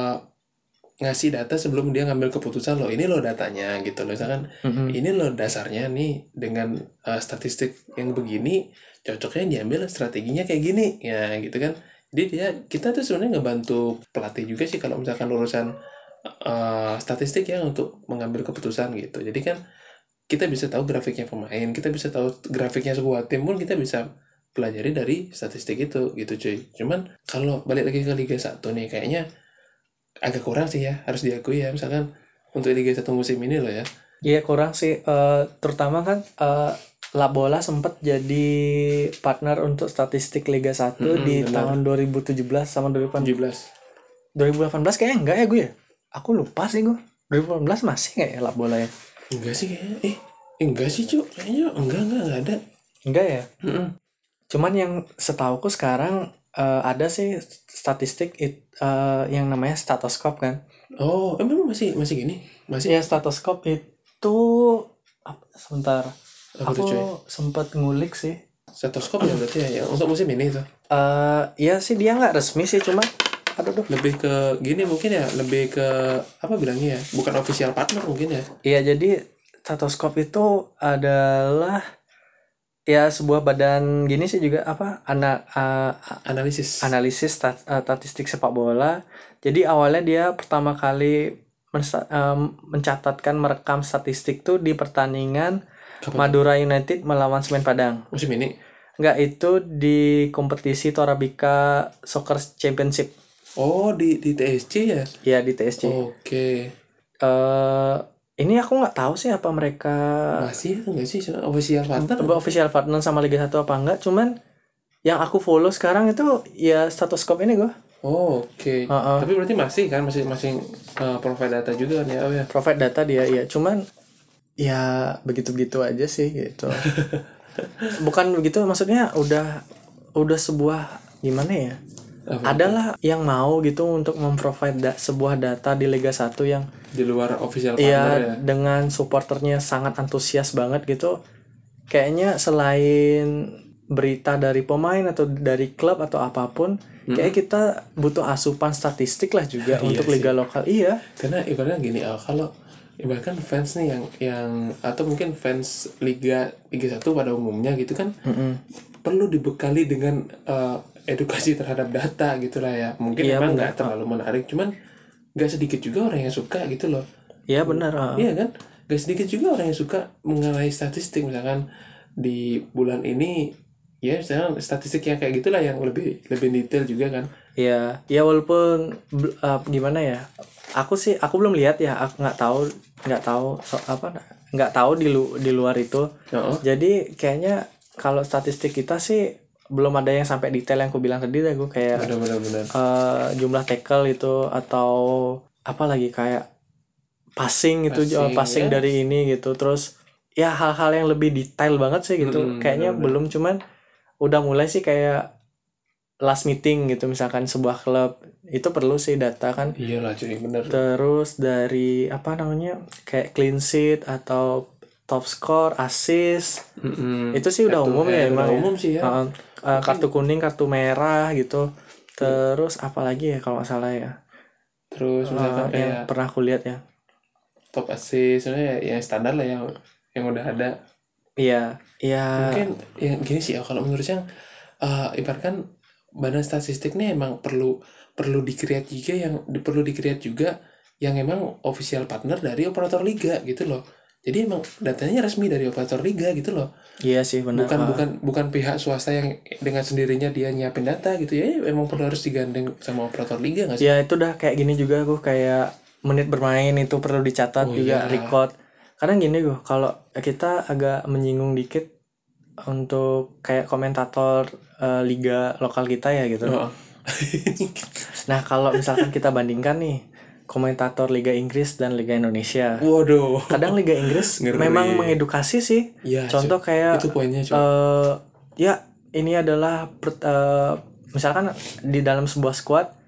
ngasih data sebelum dia ngambil keputusan, loh ini loh datanya gitu loh, misalkan ini loh dasarnya nih dengan statistik yang begini cocoknya diambil strateginya kayak gini ya gitu kan. Jadi kita tuh sebenarnya ngebantu pelatih juga sih kalau misalkan urusan statistik ya untuk mengambil keputusan gitu. Jadi kan kita bisa tahu grafiknya pemain, kita bisa tahu grafiknya sebuah tim pun kita bisa pelajari dari statistik itu gitu cuy. Cuman kalau balik lagi ke Liga 1 nih kayaknya agak kurang sih ya, harus diakui ya, misalkan untuk Liga 1 musim ini loh ya. Iya kurang sih, terutama kan La Bola sempat jadi partner untuk statistik Liga 1 di tahun 2017 sama 2018. 17 kayaknya enggak ya gue ya. Aku lupa sih gue. 2018 masih nggak ya La Bola ya? enggak sih kayaknya, enggak sih cuy, kayaknya enggak ada. Enggak ya. Cuman yang setauku sekarang ada sih statistik yang namanya statoskop kan. Oh emang masih gini masih Ya statoskop itu sebentar. apa tuh cuy? Aku sempat ngulik sih. Stetoskop ya berarti ya, yang untuk musim ini tuh Iya sih dia nggak resmi sih, cuma aduh. lebih ke gini mungkin ya, lebih ke apa bilangnya ya, bukan official partner mungkin ya. Iya jadi statoskop itu adalah ya sebuah badan gini sih juga apa Analisis. analisis statistik sepak bola. Jadi awalnya dia pertama kali mencatatkan merekam statistik tuh di pertandingan Madura United melawan Semen Padang. Musim ini. Enggak, itu di kompetisi Torabika Soccer Championship. Oh di TSC ya. Ya di TSC. Oke. Ini aku nggak tahu sih apa mereka Masih itu nggak sih official partner? official partner sama Liga 1 apa enggak. Cuman yang aku follow sekarang itu ya statoskop ini gue. Oh, oke. Tapi berarti masih kan masih provide data juga kan ya. Oh ya. Provide data dia ya. Cuman ya begitu-begitu aja sih gitu. Bukan begitu, maksudnya udah sebuah gimana ya? Adalah yang mau gitu untuk memprovide sebuah data di Liga 1 yang di luar official partner ya. Dengan supporternya sangat antusias banget gitu. Kayaknya selain berita dari pemain atau dari klub atau apapun, kayak kita butuh asupan statistik lah juga untuk liga lokal. Iya. Karena ibaratnya gini, kalau ibaratkan fans nih yang atau mungkin fans Liga 1 pada umumnya gitu kan perlu dibekali dengan edukasi terhadap data gitulah ya. Mungkin emang nggak terlalu menarik, cuman nggak sedikit juga orang yang suka gitu loh. Iya benar. Iya kan, nggak sedikit juga orang yang suka mengenai statistik, misalkan di bulan ini ya misalkan statistik yang kayak gitulah yang lebih detail juga kan. Iya, ya walaupun gimana ya, aku belum lihat ya, aku nggak tahu di luar itu. Jadi kayaknya kalau statistik kita sih belum ada yang sampai detail yang aku bilang tadi gue kayak benar. Jumlah tackle itu atau apa lagi kayak passing dari ini gitu. Terus ya hal-hal yang lebih detail banget sih gitu. Kayaknya belum, cuman udah mulai sih kayak last meeting gitu, misalkan sebuah klub itu perlu sih data kan. Iyalah cuy, bener. Terus dari apa namanya kayak clean sheet atau top score, assist, itu sih udah umum ya emang. Umum sih ya. Kartu kuning, kartu merah gitu. Terus apalagi ya kalau nggak salah ya. Terus misalkan kayak yang pernah aku lihat ya. Top assist, sebenarnya yang standar lah yang udah ada. Iya. Mungkin yang gini sih ya, kalau menurut saya ibaratkan badan statistik nih emang perlu di-create juga yang emang official partner dari operator liga gitu loh. Jadi emang datanya resmi dari operator liga gitu loh. Iya sih benar. Bukan pihak swasta yang dengan sendirinya dia nyiapin data gitu ya. Emang perlu harus digandeng sama operator liga nggak sih? Ya itu udah kayak gini juga gue kayak menit bermain itu perlu dicatat juga, record. Kadang gini gue, kalau kita agak menyinggung dikit untuk kayak komentator liga lokal kita ya gitu. Nah kalau misalkan kita bandingkan nih komentator Liga Inggris dan Liga Indonesia. Waduh. Kadang Liga Inggris memang mengedukasi sih. Ya, contoh kayak itu poinnya, ya ini adalah misalkan di dalam sebuah squad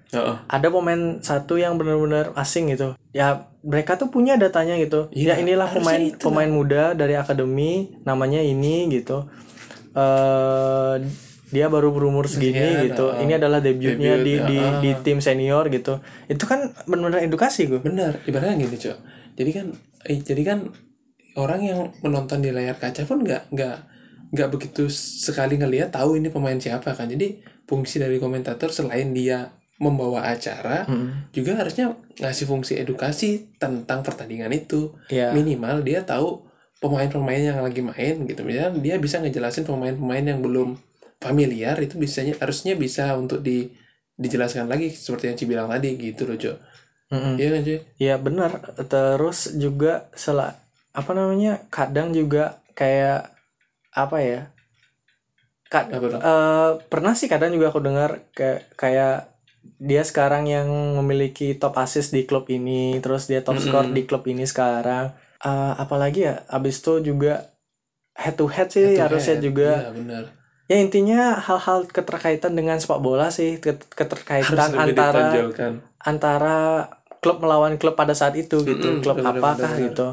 Heeh. Ada pemain satu yang benar-benar asing gitu. Ya mereka tuh punya datanya gitu. Iya, Ya inilah harusnya pemain itu pemain muda dari akademi, namanya ini gitu. eh Dia baru berumur segini Sekian, gitu. Ini adalah debutnya debut, di tim senior gitu. Itu kan benar-benar edukasi gue. benar. Ibaratnya gini, Cok. Jadi kan orang yang menonton di layar kaca pun nggak begitu sekali ngelihat tahu ini pemain siapa kan. Jadi fungsi dari komentator selain dia membawa acara, juga harusnya ngasih fungsi edukasi tentang pertandingan itu. Iya. Minimal dia tahu pemain-pemain yang lagi main gitu. Misalnya dia bisa ngejelasin pemain-pemain yang belum familiar, itu harusnya bisa untuk dijelaskan lagi seperti yang Ci bilang tadi gitu loh, Cok. Mm-mm. Iya kan, Ci? Iya benar. Terus juga apa namanya? Kadang juga kayak apa ya? Apa tuh? Pernah sih kadang juga aku dengar kayak dia sekarang yang memiliki top assist di klub ini, terus dia top score di klub ini sekarang. Apalagi ya, abis itu juga head to head sih Head to harusnya head. juga. Iya, benar. Ya intinya hal-hal keterkaitan dengan sepak bola sih, Harus keterkaitan lebih ditonjolkan. antara klub melawan klub pada saat itu gitu, klub benar, apakah benar. gitu.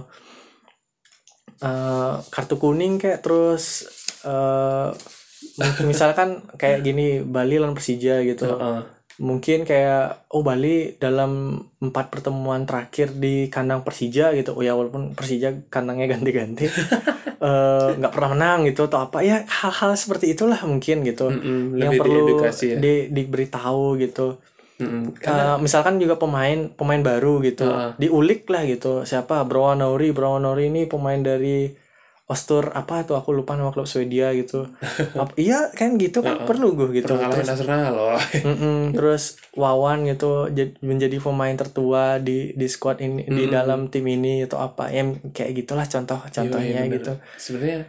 Kartu kuning kayak terus misalkan kayak gini Bali lawan Persija gitu. Heeh. Mungkin kayak Bali dalam 4 pertemuan terakhir di kandang Persija gitu. Ya walaupun Persija kandangnya ganti-ganti. Nggak pernah menang gitu atau apa ya, hal-hal seperti itulah mungkin gitu. Yang Lebih perlu diedukasi ya. diberitahu gitu. Karena Misalkan juga pemain baru gitu, diulik lah gitu. Siapa Brown Nouri ini pemain dari Ostur apa tuh, aku lupa nama klub Swedia gitu. Iya kan gitu kan perlu gue gitu. pernah ngalahin Arsenal loh. Terus Wawan gitu menjadi pemain tertua di squad ini, di dalam tim ini atau apa ya, kayak gitulah contohnya Bener. gitu. Sebenarnya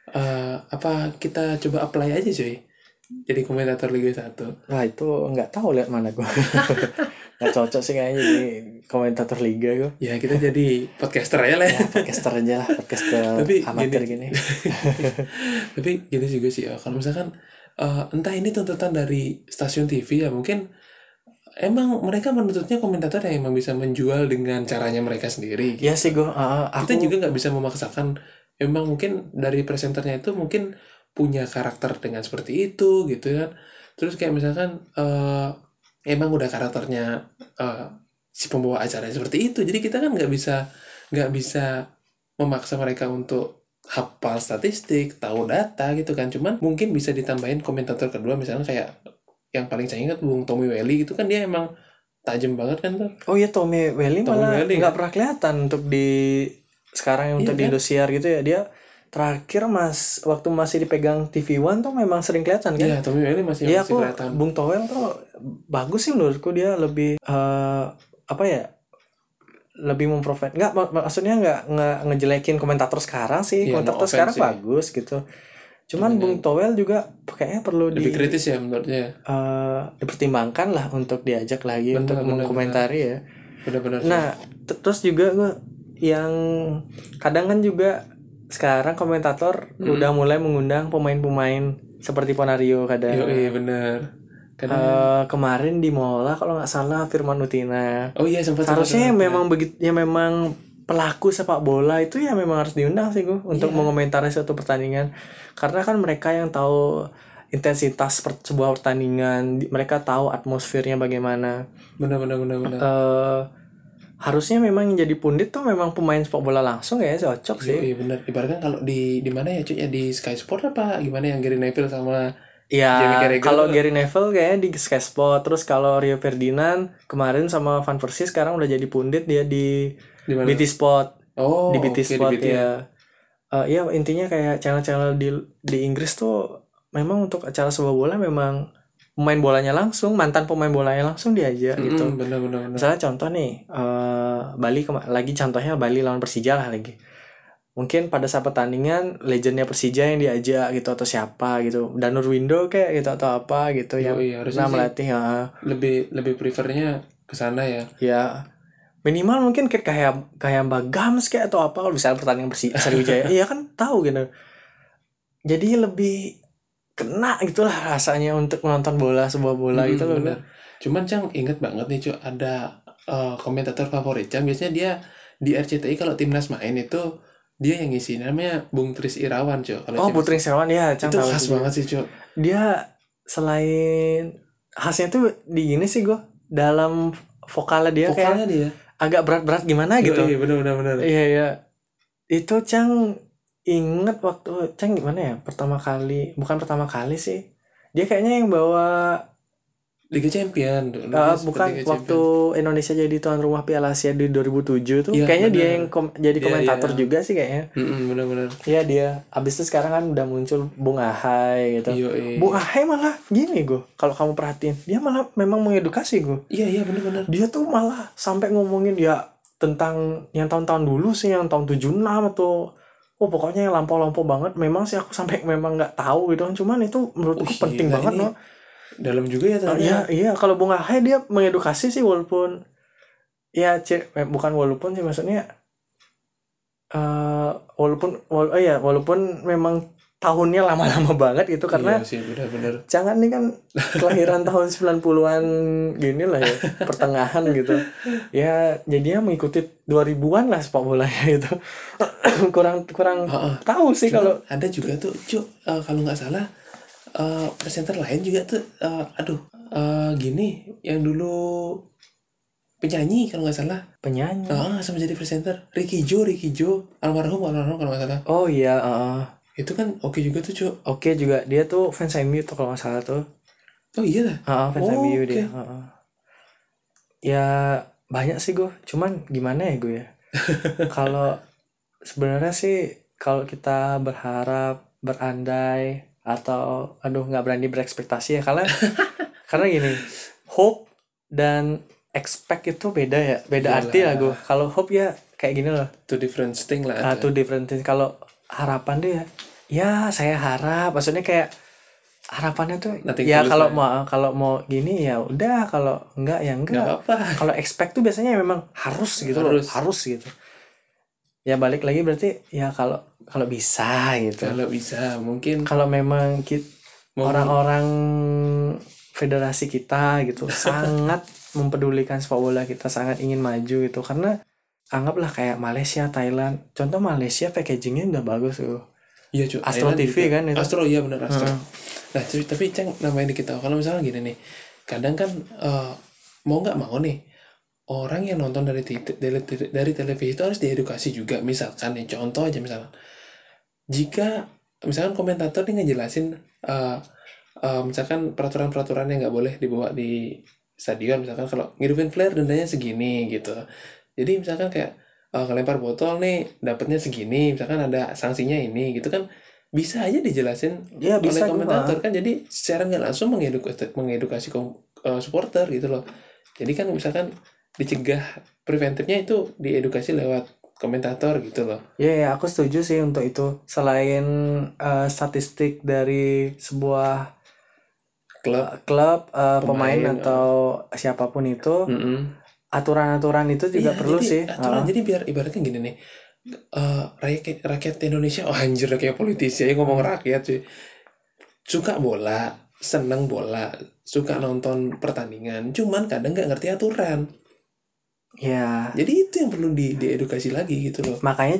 apa kita coba apply aja cuy, jadi komentator Liga 1. Wah itu nggak tahu lihat mana gue. Nggak cocok sih kayaknya jadi komentator liga gue. Ya kita jadi podcaster aja lah ya. Podcaster aja lah, podcaster Tapi amatir gini. Tapi gini juga sih ya, kalau misalkan entah ini tuntutan dari stasiun TV ya, mungkin emang mereka menuntutnya komentator yang emang bisa menjual dengan caranya mereka sendiri gitu. Ya sih gue, Kita juga nggak bisa memaksakan. Emang mungkin dari presenternya itu mungkin punya karakter dengan seperti itu gitu kan. Terus kayak misalkan emang udah karakternya si pembawa acara seperti itu, jadi kita kan nggak bisa memaksa mereka untuk hafal statistik, tahu data gitu kan. Cuman mungkin bisa ditambahin komentator kedua, misalnya kayak yang paling saya ingat Bung Tommy Welly gitu kan, dia emang tajam banget kan tuh. Oh iya, Tommy Welly malah Welly, nggak pernah kelihatan untuk di sekarang untuk di kan? Indosiar gitu ya. Dia terakhir waktu masih dipegang TV One tuh memang sering kelihatan kan. Iya, Tommy Welly masih Iya, aku kelihatan. Bung Towel tuh bagus sih menurutku, dia lebih apa ya, lebih memprofit. Maksudnya nggak ngejelekin komentator sekarang sih. Iya, Komentator no offense sekarang sih. bagus gitu. Cuman Bung Towel juga kayaknya perlu Lebih kritis ya menurutnya. dipertimbangkan lah untuk diajak lagi untuk mengkomentari ya. Benar-benar. Nah, terus juga gue yang kadang kan juga sekarang komentator udah mulai mengundang pemain-pemain seperti Ponario kadang. Iya benar. Kemarin di Mola kalau nggak salah Firman Utina. Oh iya, sempat. Harusnya memang begitu ya, memang pelaku sepak bola itu ya memang harus diundang sih gue untuk mengomentari suatu pertandingan, karena kan mereka yang tahu intensitas sebuah pertandingan, mereka tahu atmosfernya bagaimana. Benar. Harusnya memang yang jadi pundit tuh memang pemain sepak bola langsung ya, cocok sih. Iya benar. Ibaratnya kalau di mana ya cuy, ya di Sky Sport apa gimana yang Gary Neville sama Ya, kalau Gary Neville kayaknya di Sky Sport, terus kalau Rio Ferdinand kemarin sama Van Persie sekarang udah jadi pundit dia di BT Sport. Oh, Di BT Sport di BT ya. Ya intinya kayak channel-channel di Inggris tuh memang untuk acara sepak bola memang pemain bolanya langsung, mantan pemain bolanya langsung diajak gitu. Benar. Misalnya contoh nih, Bali lagi contohnya Bali lawan Persija lah lagi. Mungkin pada saat pertandingan legendnya Persija yang diajak gitu, atau siapa gitu, Danur Window kayak gitu atau apa gitu yang melatih. Lebih prefernya ke sana ya. Ya minimal mungkin kayak Mbak Gams kayak atau apa kalau misalnya pertandingan Sriwijaya. Iya kan tahu gitu. Jadi lebih kena gitulah rasanya untuk menonton sebuah bola gitu loh. Bener. Cuman Cang inget banget nih Cuk, ada komentator favorit Cang, biasanya dia di RCTI kalau timnas main itu dia yang ngisi, namanya Bung Tris Irawan Cuk. Kalau Oh, Cang Putri Serawan ya, Cang itu tahu khas itu juga. banget sih Cuk. Dia selain khasnya tuh di gini sih gue, dalam vokalnya dia kayak Vokalnya dia. agak berat-berat gimana gitu. Iya bener. Iya. Itu Cang inget waktu Cang gimana ya? Bukan pertama kali sih. Dia kayaknya yang bawa Liga Champion dulu dia sempat bukan Liga waktu Champion. Indonesia jadi tuan rumah Piala Asia di 2007 tuh. Iya Kayaknya dia bener. yang jadi Iya, komentator iya. juga sih kayaknya. Bener. Iya dia. Abis itu sekarang kan udah muncul Bung Ahai gitu. Iya, Bung Ahai malah gini gue. Kalau kamu perhatiin, dia malah memang mengedukasi gue. Iya bener. Dia tuh malah sampai ngomongin ya tentang yang tahun-tahun dulu sih, yang tahun 76 atau pokoknya yang lampau-lampau banget. Memang sih aku sampai memang nggak tahu gitu. Cuman itu menurutku Wih, penting gila, banget ini no. dalam juga ya ternyata. Iya, kalau Bung Ahai dia mengedukasi sih, walaupun ya bukan walaupun sih, maksudnya walaupun memang tahunnya lama-lama banget gitu, karena Iya sih bener. jangan nih kan kelahiran tahun 90-an gini lah ya, pertengahan gitu. Ya jadinya mengikuti 2000-an lah sepak bolanya gitu. kurang tahu sih Cuman kalau ada juga tuh Cuk, kalau nggak salah presenter lain juga tuh gini yang dulu penyanyi kalau nggak salah penyanyi. sama jadi presenter Ricky Jo almarhum kalau nggak salah. Oh iya, Itu kan oke juga tuh Cuk. oke juga dia tuh fans MU tuh kalau nggak salah tuh. Oh iya lah. Fans Oh, MU oke. dia. Ya banyak sih gue, cuman gimana ya gue ya. Kalau sebenarnya sih kalau kita berandai atau nggak berani berekspektasi ya, karena gini, hope dan expect itu beda ya, beda arti lah gue. Kalau hope ya kayak gini loh, Two different thing lah. two different things. Kalau harapan tuh ya saya harap, maksudnya kayak harapannya tuh Nothing ya tulus kalau mau gini ya udah, kalau enggak ya Nggak enggak. apa-apa. Kalau expect tuh biasanya memang harus gitu loh, harus gitu. Ya balik lagi berarti ya kalau bisa gitu. Kalau bisa mungkin Kalau memang orang-orang federasi kita gitu sangat mempedulikan sepak bola kita, sangat ingin maju gitu, karena anggaplah kayak Malaysia, Thailand. Contoh Malaysia packagingnya udah bagus tuh. iya Cuk, Astro Thailand TV juga. kan itu. Astro, iya benar Astro. Nah tapi Cang namanya dikit tahu, kalau misalnya gini nih, kadang kan mau nggak mau nih orang yang nonton dari televisi itu harus diedukasi juga. Misalkan nih contoh aja, jika misalkan komentator nih ngejelasin misalkan peraturan yang nggak boleh dibawa di stadion, misalkan kalau ngidupin flare dendanya segini gitu. Jadi misalkan kayak ngelempar botol nih dapatnya segini, misalkan ada sanksinya ini gitu kan, bisa aja dijelasin Ya, oleh bisa komentator kan, jadi secara nggak langsung mengedukasi supporter gitu loh. Jadi kan misalkan dicegah, preventifnya itu diedukasi lewat komentator gitu loh. Ya, aku setuju sih untuk itu. Selain statistik dari sebuah klub, pemain atau siapapun itu, aturan-aturan itu juga Iya, perlu jadi sih. jadi biar ibaratnya gini nih, rakyat Indonesia, anjir kayak politisi aja ngomong rakyat cuy, suka bola, seneng bola, suka nonton pertandingan, cuman kadang nggak ngerti aturan. Ya, Jadi itu yang perlu diedukasi lagi gitu loh. makanya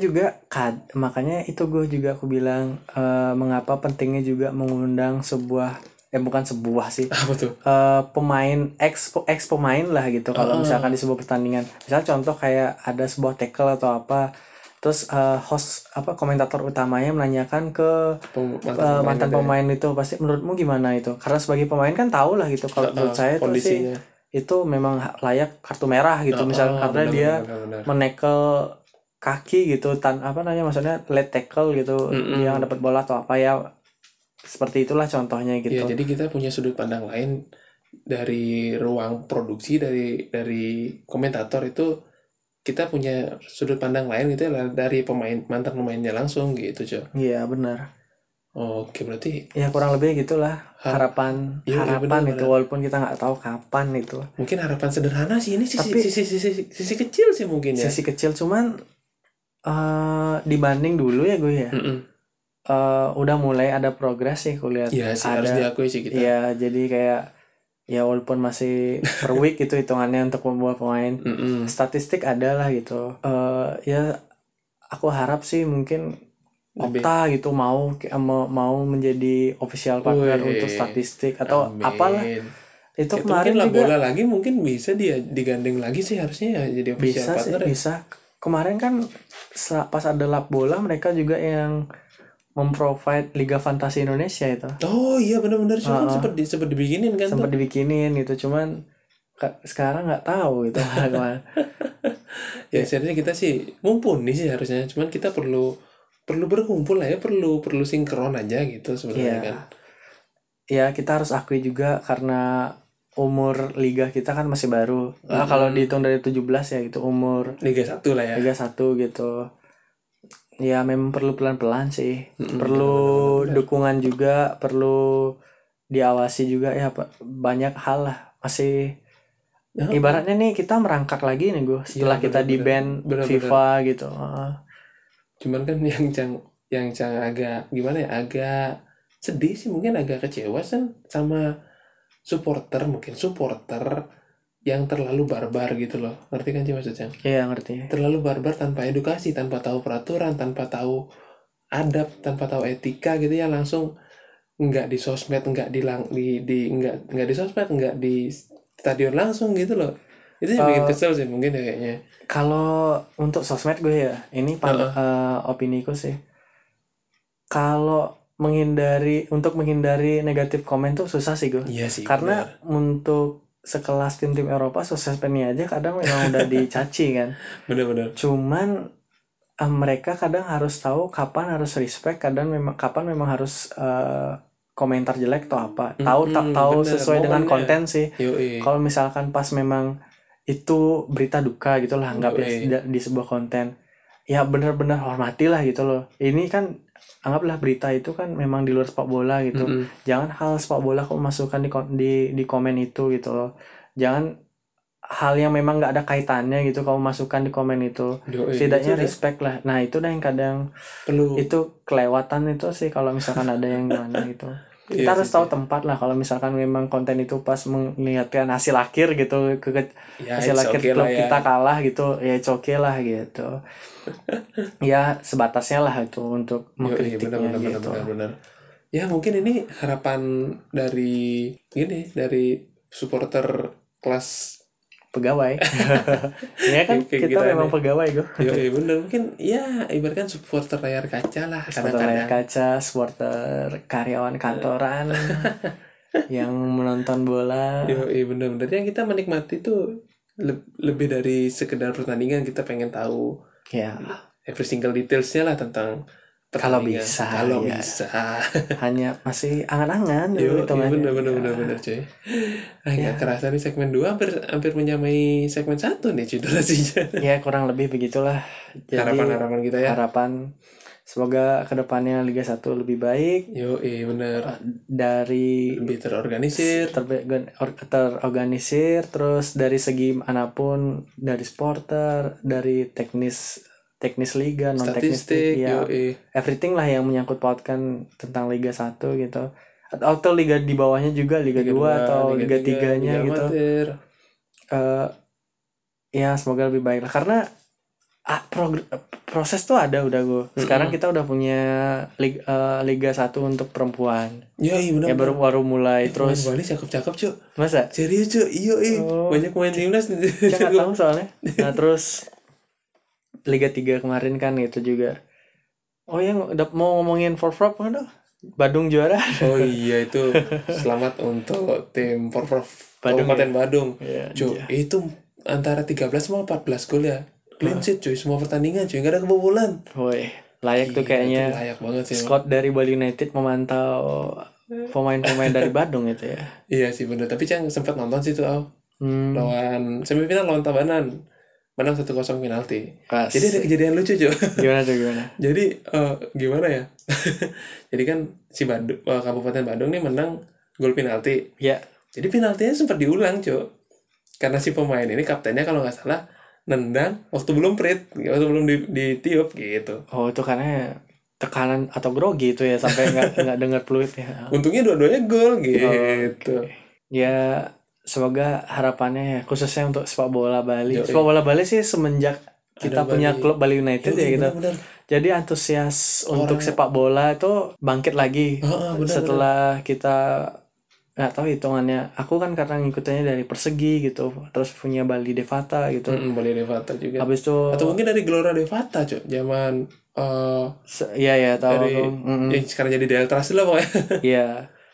itu aku bilang mengapa pentingnya juga mengundang bukan sebuah sih, Apa tuh? pemain ex pemain lah gitu. Kalau misalkan di sebuah pertandingan, misal contoh kayak ada sebuah tackle atau apa, terus komentator utamanya menanyakan ke mantan pemain itu, pasti menurutmu gimana itu? Karena sebagai pemain kan tahu lah gitu. Kalau menurut saya tuh sih itu memang layak kartu merah gitu, misalkan karena dia menekel kaki gitu, maksudnya late tackle gitu, yang dapat bola atau apa ya, seperti itulah contohnya gitu. Ya, jadi kita punya sudut pandang lain dari ruang produksi, dari komentator itu kita punya sudut pandang lain gitu ya, dari mantan pemainnya langsung gitu Cok. Iya benar. Oke, berarti ya kurang lebih gitulah harapan itu, walaupun kita nggak tahu kapan itu. Mungkin harapan sederhana sih ini, sisi kecil sih mungkin ya. Sisi kecil, cuman dibanding dulu ya gue ya. udah mulai ada progres sih kulihat. Iya sih, harus Ada, diakui sih kita. ya jadi kayak ya walaupun masih per week itu hitungannya untuk membawa pemain, Mm-mm. statistik ada lah gitu. Ya aku harap sih mungkin Lebih. Okta gitu mau menjadi official partner untuk Wih, statistik atau apalah. amin. Itu Itu mungkin kemarin lah juga bola lagi mungkin bisa dia digandeng lagi sih harusnya ya jadi official bisa sih, partner ya. bisa. Kemarin kan pas ada lap bola mereka juga yang memprovide Liga Fantasi Indonesia itu. Oh iya benar-benar cuman sempat dibikinin kan tuh. Sempat dibikinin gitu, cuman sekarang nggak tahu gitu kemana. Ya sebenarnya kita sih mumpuni sih harusnya, cuman kita perlu perlu berkumpul lah ya, perlu sinkron aja gitu sebenarnya kan. Iya, ya kita harus akui juga karena umur liga kita kan masih baru. Kalau dihitung dari 17 ya gitu umur Liga 1 lah ya. Liga 1 gitu. Ya memang perlu pelan-pelan sih. Mm-mm, Perlu benar. dukungan juga, perlu diawasi juga ya banyak hal lah. Masih Nah, ibaratnya nih kita merangkak lagi nih gue setelah kita di ban benar-benar. FIFA gitu. Cuman kan yang agak gimana ya, agak sedih sih, mungkin agak kecewa kan sama supporter yang terlalu barbar gitu loh. Ngerti kan sih maksud Cang? Iya ngerti. Terlalu barbar tanpa edukasi, tanpa tahu peraturan, tanpa tahu adab, tanpa tahu etika gitu ya, langsung nggak di sosmed, nggak nggak di sosmed, nggak di stadion langsung gitu loh. Itu yang bikin kesel sih mungkin ya kayaknya. Kalau untuk sosmed gue ya, ini opiniku sih. Kalau untuk menghindari negatif komen tuh susah sih gue. Iya sih, Karena benar. untuk sekelas tim-tim Eropa sosmed ini aja kadang memang udah dicaci kan. Benar-benar. Cuman mereka kadang harus tahu kapan harus respect, kapan memang harus komentar jelek atau apa. Tahu Benar, sesuai dengan momennya. konten sih. Yoi. Kalau misalkan pas memang itu berita duka gitu lah, anggap ya Yoi. di sebuah konten, ya benar-benar hormatilah gitu loh. Ini kan anggaplah berita itu kan memang di luar sepak bola gitu. Jangan hal sepak bola kok masukkan di komen itu gitu loh. Jangan hal yang memang nggak ada kaitannya gitu kamu masukkan di komen itu. Yoi, Setidaknya itu dah. respect lah. Nah itu dah yang kadang Perlu. itu kelewatan itu sih kalau misalkan ada yang gimana gitu. Kita Iya harus sih, tahu tempat lah kalau misalkan memang konten itu pas melihatkan hasil akhir gitu ya hasil it's akhir okay klub lah ya. kita kalah gitu, ya it's okay lah gitu. Ya sebatasnya lah itu untuk Yoi, mengkritiknya gitu. benar. Ya mungkin ini harapan dari supporter kelas Pegawai. Ya kan kayak kita memang nih. pegawai gue. Yoi, bener, mungkin ya ibaratkan supporter layar kaca lah Supporter layar kadang-kadang. kaca, supporter karyawan kantoran yang menonton bola. Yoi, bener-bener yang kita menikmati tuh lebih dari sekedar pertandingan, kita pengen tahu Ya, every single detailsnya lah tentang kalau pertandingan. bisa, Kalau ya. bisa. Hanya masih angan-angan dulu Yo, hitungannya. bener cuy. Nggak kerasa nih segmen 2 hampir menyamai segmen 1 nih cuy durasinya. Ya kurang lebih begitulah. Jadi Harapan-harapan kita ya. harapan semoga kedepannya Liga 1 lebih baik Yo, bener. dari Lebih terorganisir. terorganisir, terus dari segi manapun, dari supporter, dari teknis liga, non teknis Statistik, ya, everything lah yang menyangkut pautkan tentang Liga 1 gitu. Atau liga di bawahnya juga, Liga 2 atau Liga 3-nya gitu. Ya semoga lebih baik lah karena proses tuh ada udah gue. Sekarang kita udah punya Liga 1 untuk perempuan. Iya benar. Ya baru mulai terus. Bali cakep-cakep cuy. Masa? Serius cuy. Iya. Banyak main timnas. Saya nggak tahu soalnya. Nah terus Liga 3 kemarin kan itu juga. Oh ya udah mau ngomongin Forprov kan? Badung juara. Oh iya itu selamat untuk tim Forprov Kabupaten Badung. Cuy itu antara 13 sama 14 gol ya. Clean sheet cuy, semua pertandingan cuy, gak ada kebobolan. Woi, layak tuh kayaknya. Layak banget sih. Scott dari Bali United memantau pemain-pemain dari Badung itu ya. Iya sih bener, tapi Cang sempat nonton sih tuh lawan semifinal lawan Tabanan, menang 1-0 penalti. Jadi ada kejadian lucu cuy. Gimana? Jadi gimana ya? Jadi kan si Kabupaten Badung nih menang gol penalti. Ya. Jadi penaltinya sempat diulang cuy. Karena si pemain ini kaptennya kalau nggak salah nendang waktu belum ditiup gitu. Oh itu karena tekanan atau grogi itu ya sampai nggak dengar peluit ya. Untungnya dua-duanya gol gitu. Ya semoga harapannya ya, khususnya untuk sepak bola Bali. Yoi. Sepak bola Bali sih semenjak kita Ada punya Bali. klub Bali United ya Yoi, gitu. benar-benar. Jadi antusias untuk sepak bola itu bangkit lagi benar, setelah kita nggak tahu hitungannya. Aku kan karena ngikutinnya dari Persegi gitu, terus punya Bali Devata gitu. Bali Devata juga. Habis itu Atau mungkin dari Gelora Devata, Cok. Zaman ya tahu dari aku. yang sekarang jadi Deltras lah pokoknya. Iya.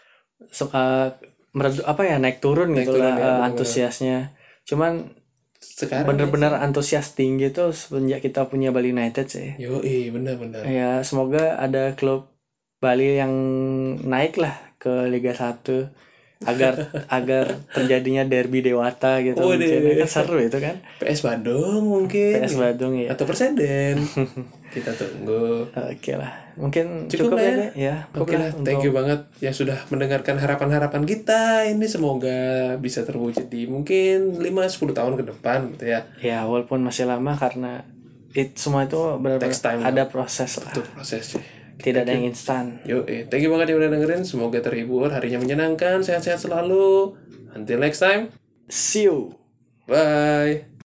Apa ya naik turun gitu turun, lah ya, benar-benar. antusiasnya. Cuman Sekarang bener-bener antusias tinggi tuh semenjak kita punya Bali United sih. yoi, benar-benar. Ya semoga ada klub Bali yang naik lah ke Liga 1 agar terjadinya derby Dewata gitu. Mungkin kan seru itu kan. PS Bandung mungkin. PS Bandung ya. Atau Perseden. Kita tunggu. Oke lah. Mungkin Cukup cukup lah ya. Ya, Oke lah, thank you banget yang sudah mendengarkan harapan-harapan kita. Ini semoga bisa terwujud di mungkin 5-10 tahun ke depan gitu ya. Ya, walaupun masih lama karena semua itu benar-benar Takes time, ada proses lah. Itu proses sih. Tidak ada yang instan. Thank you banget yang udah dengerin. Semoga terhibur, harinya menyenangkan, sehat-sehat selalu. Until next time. See you. Bye.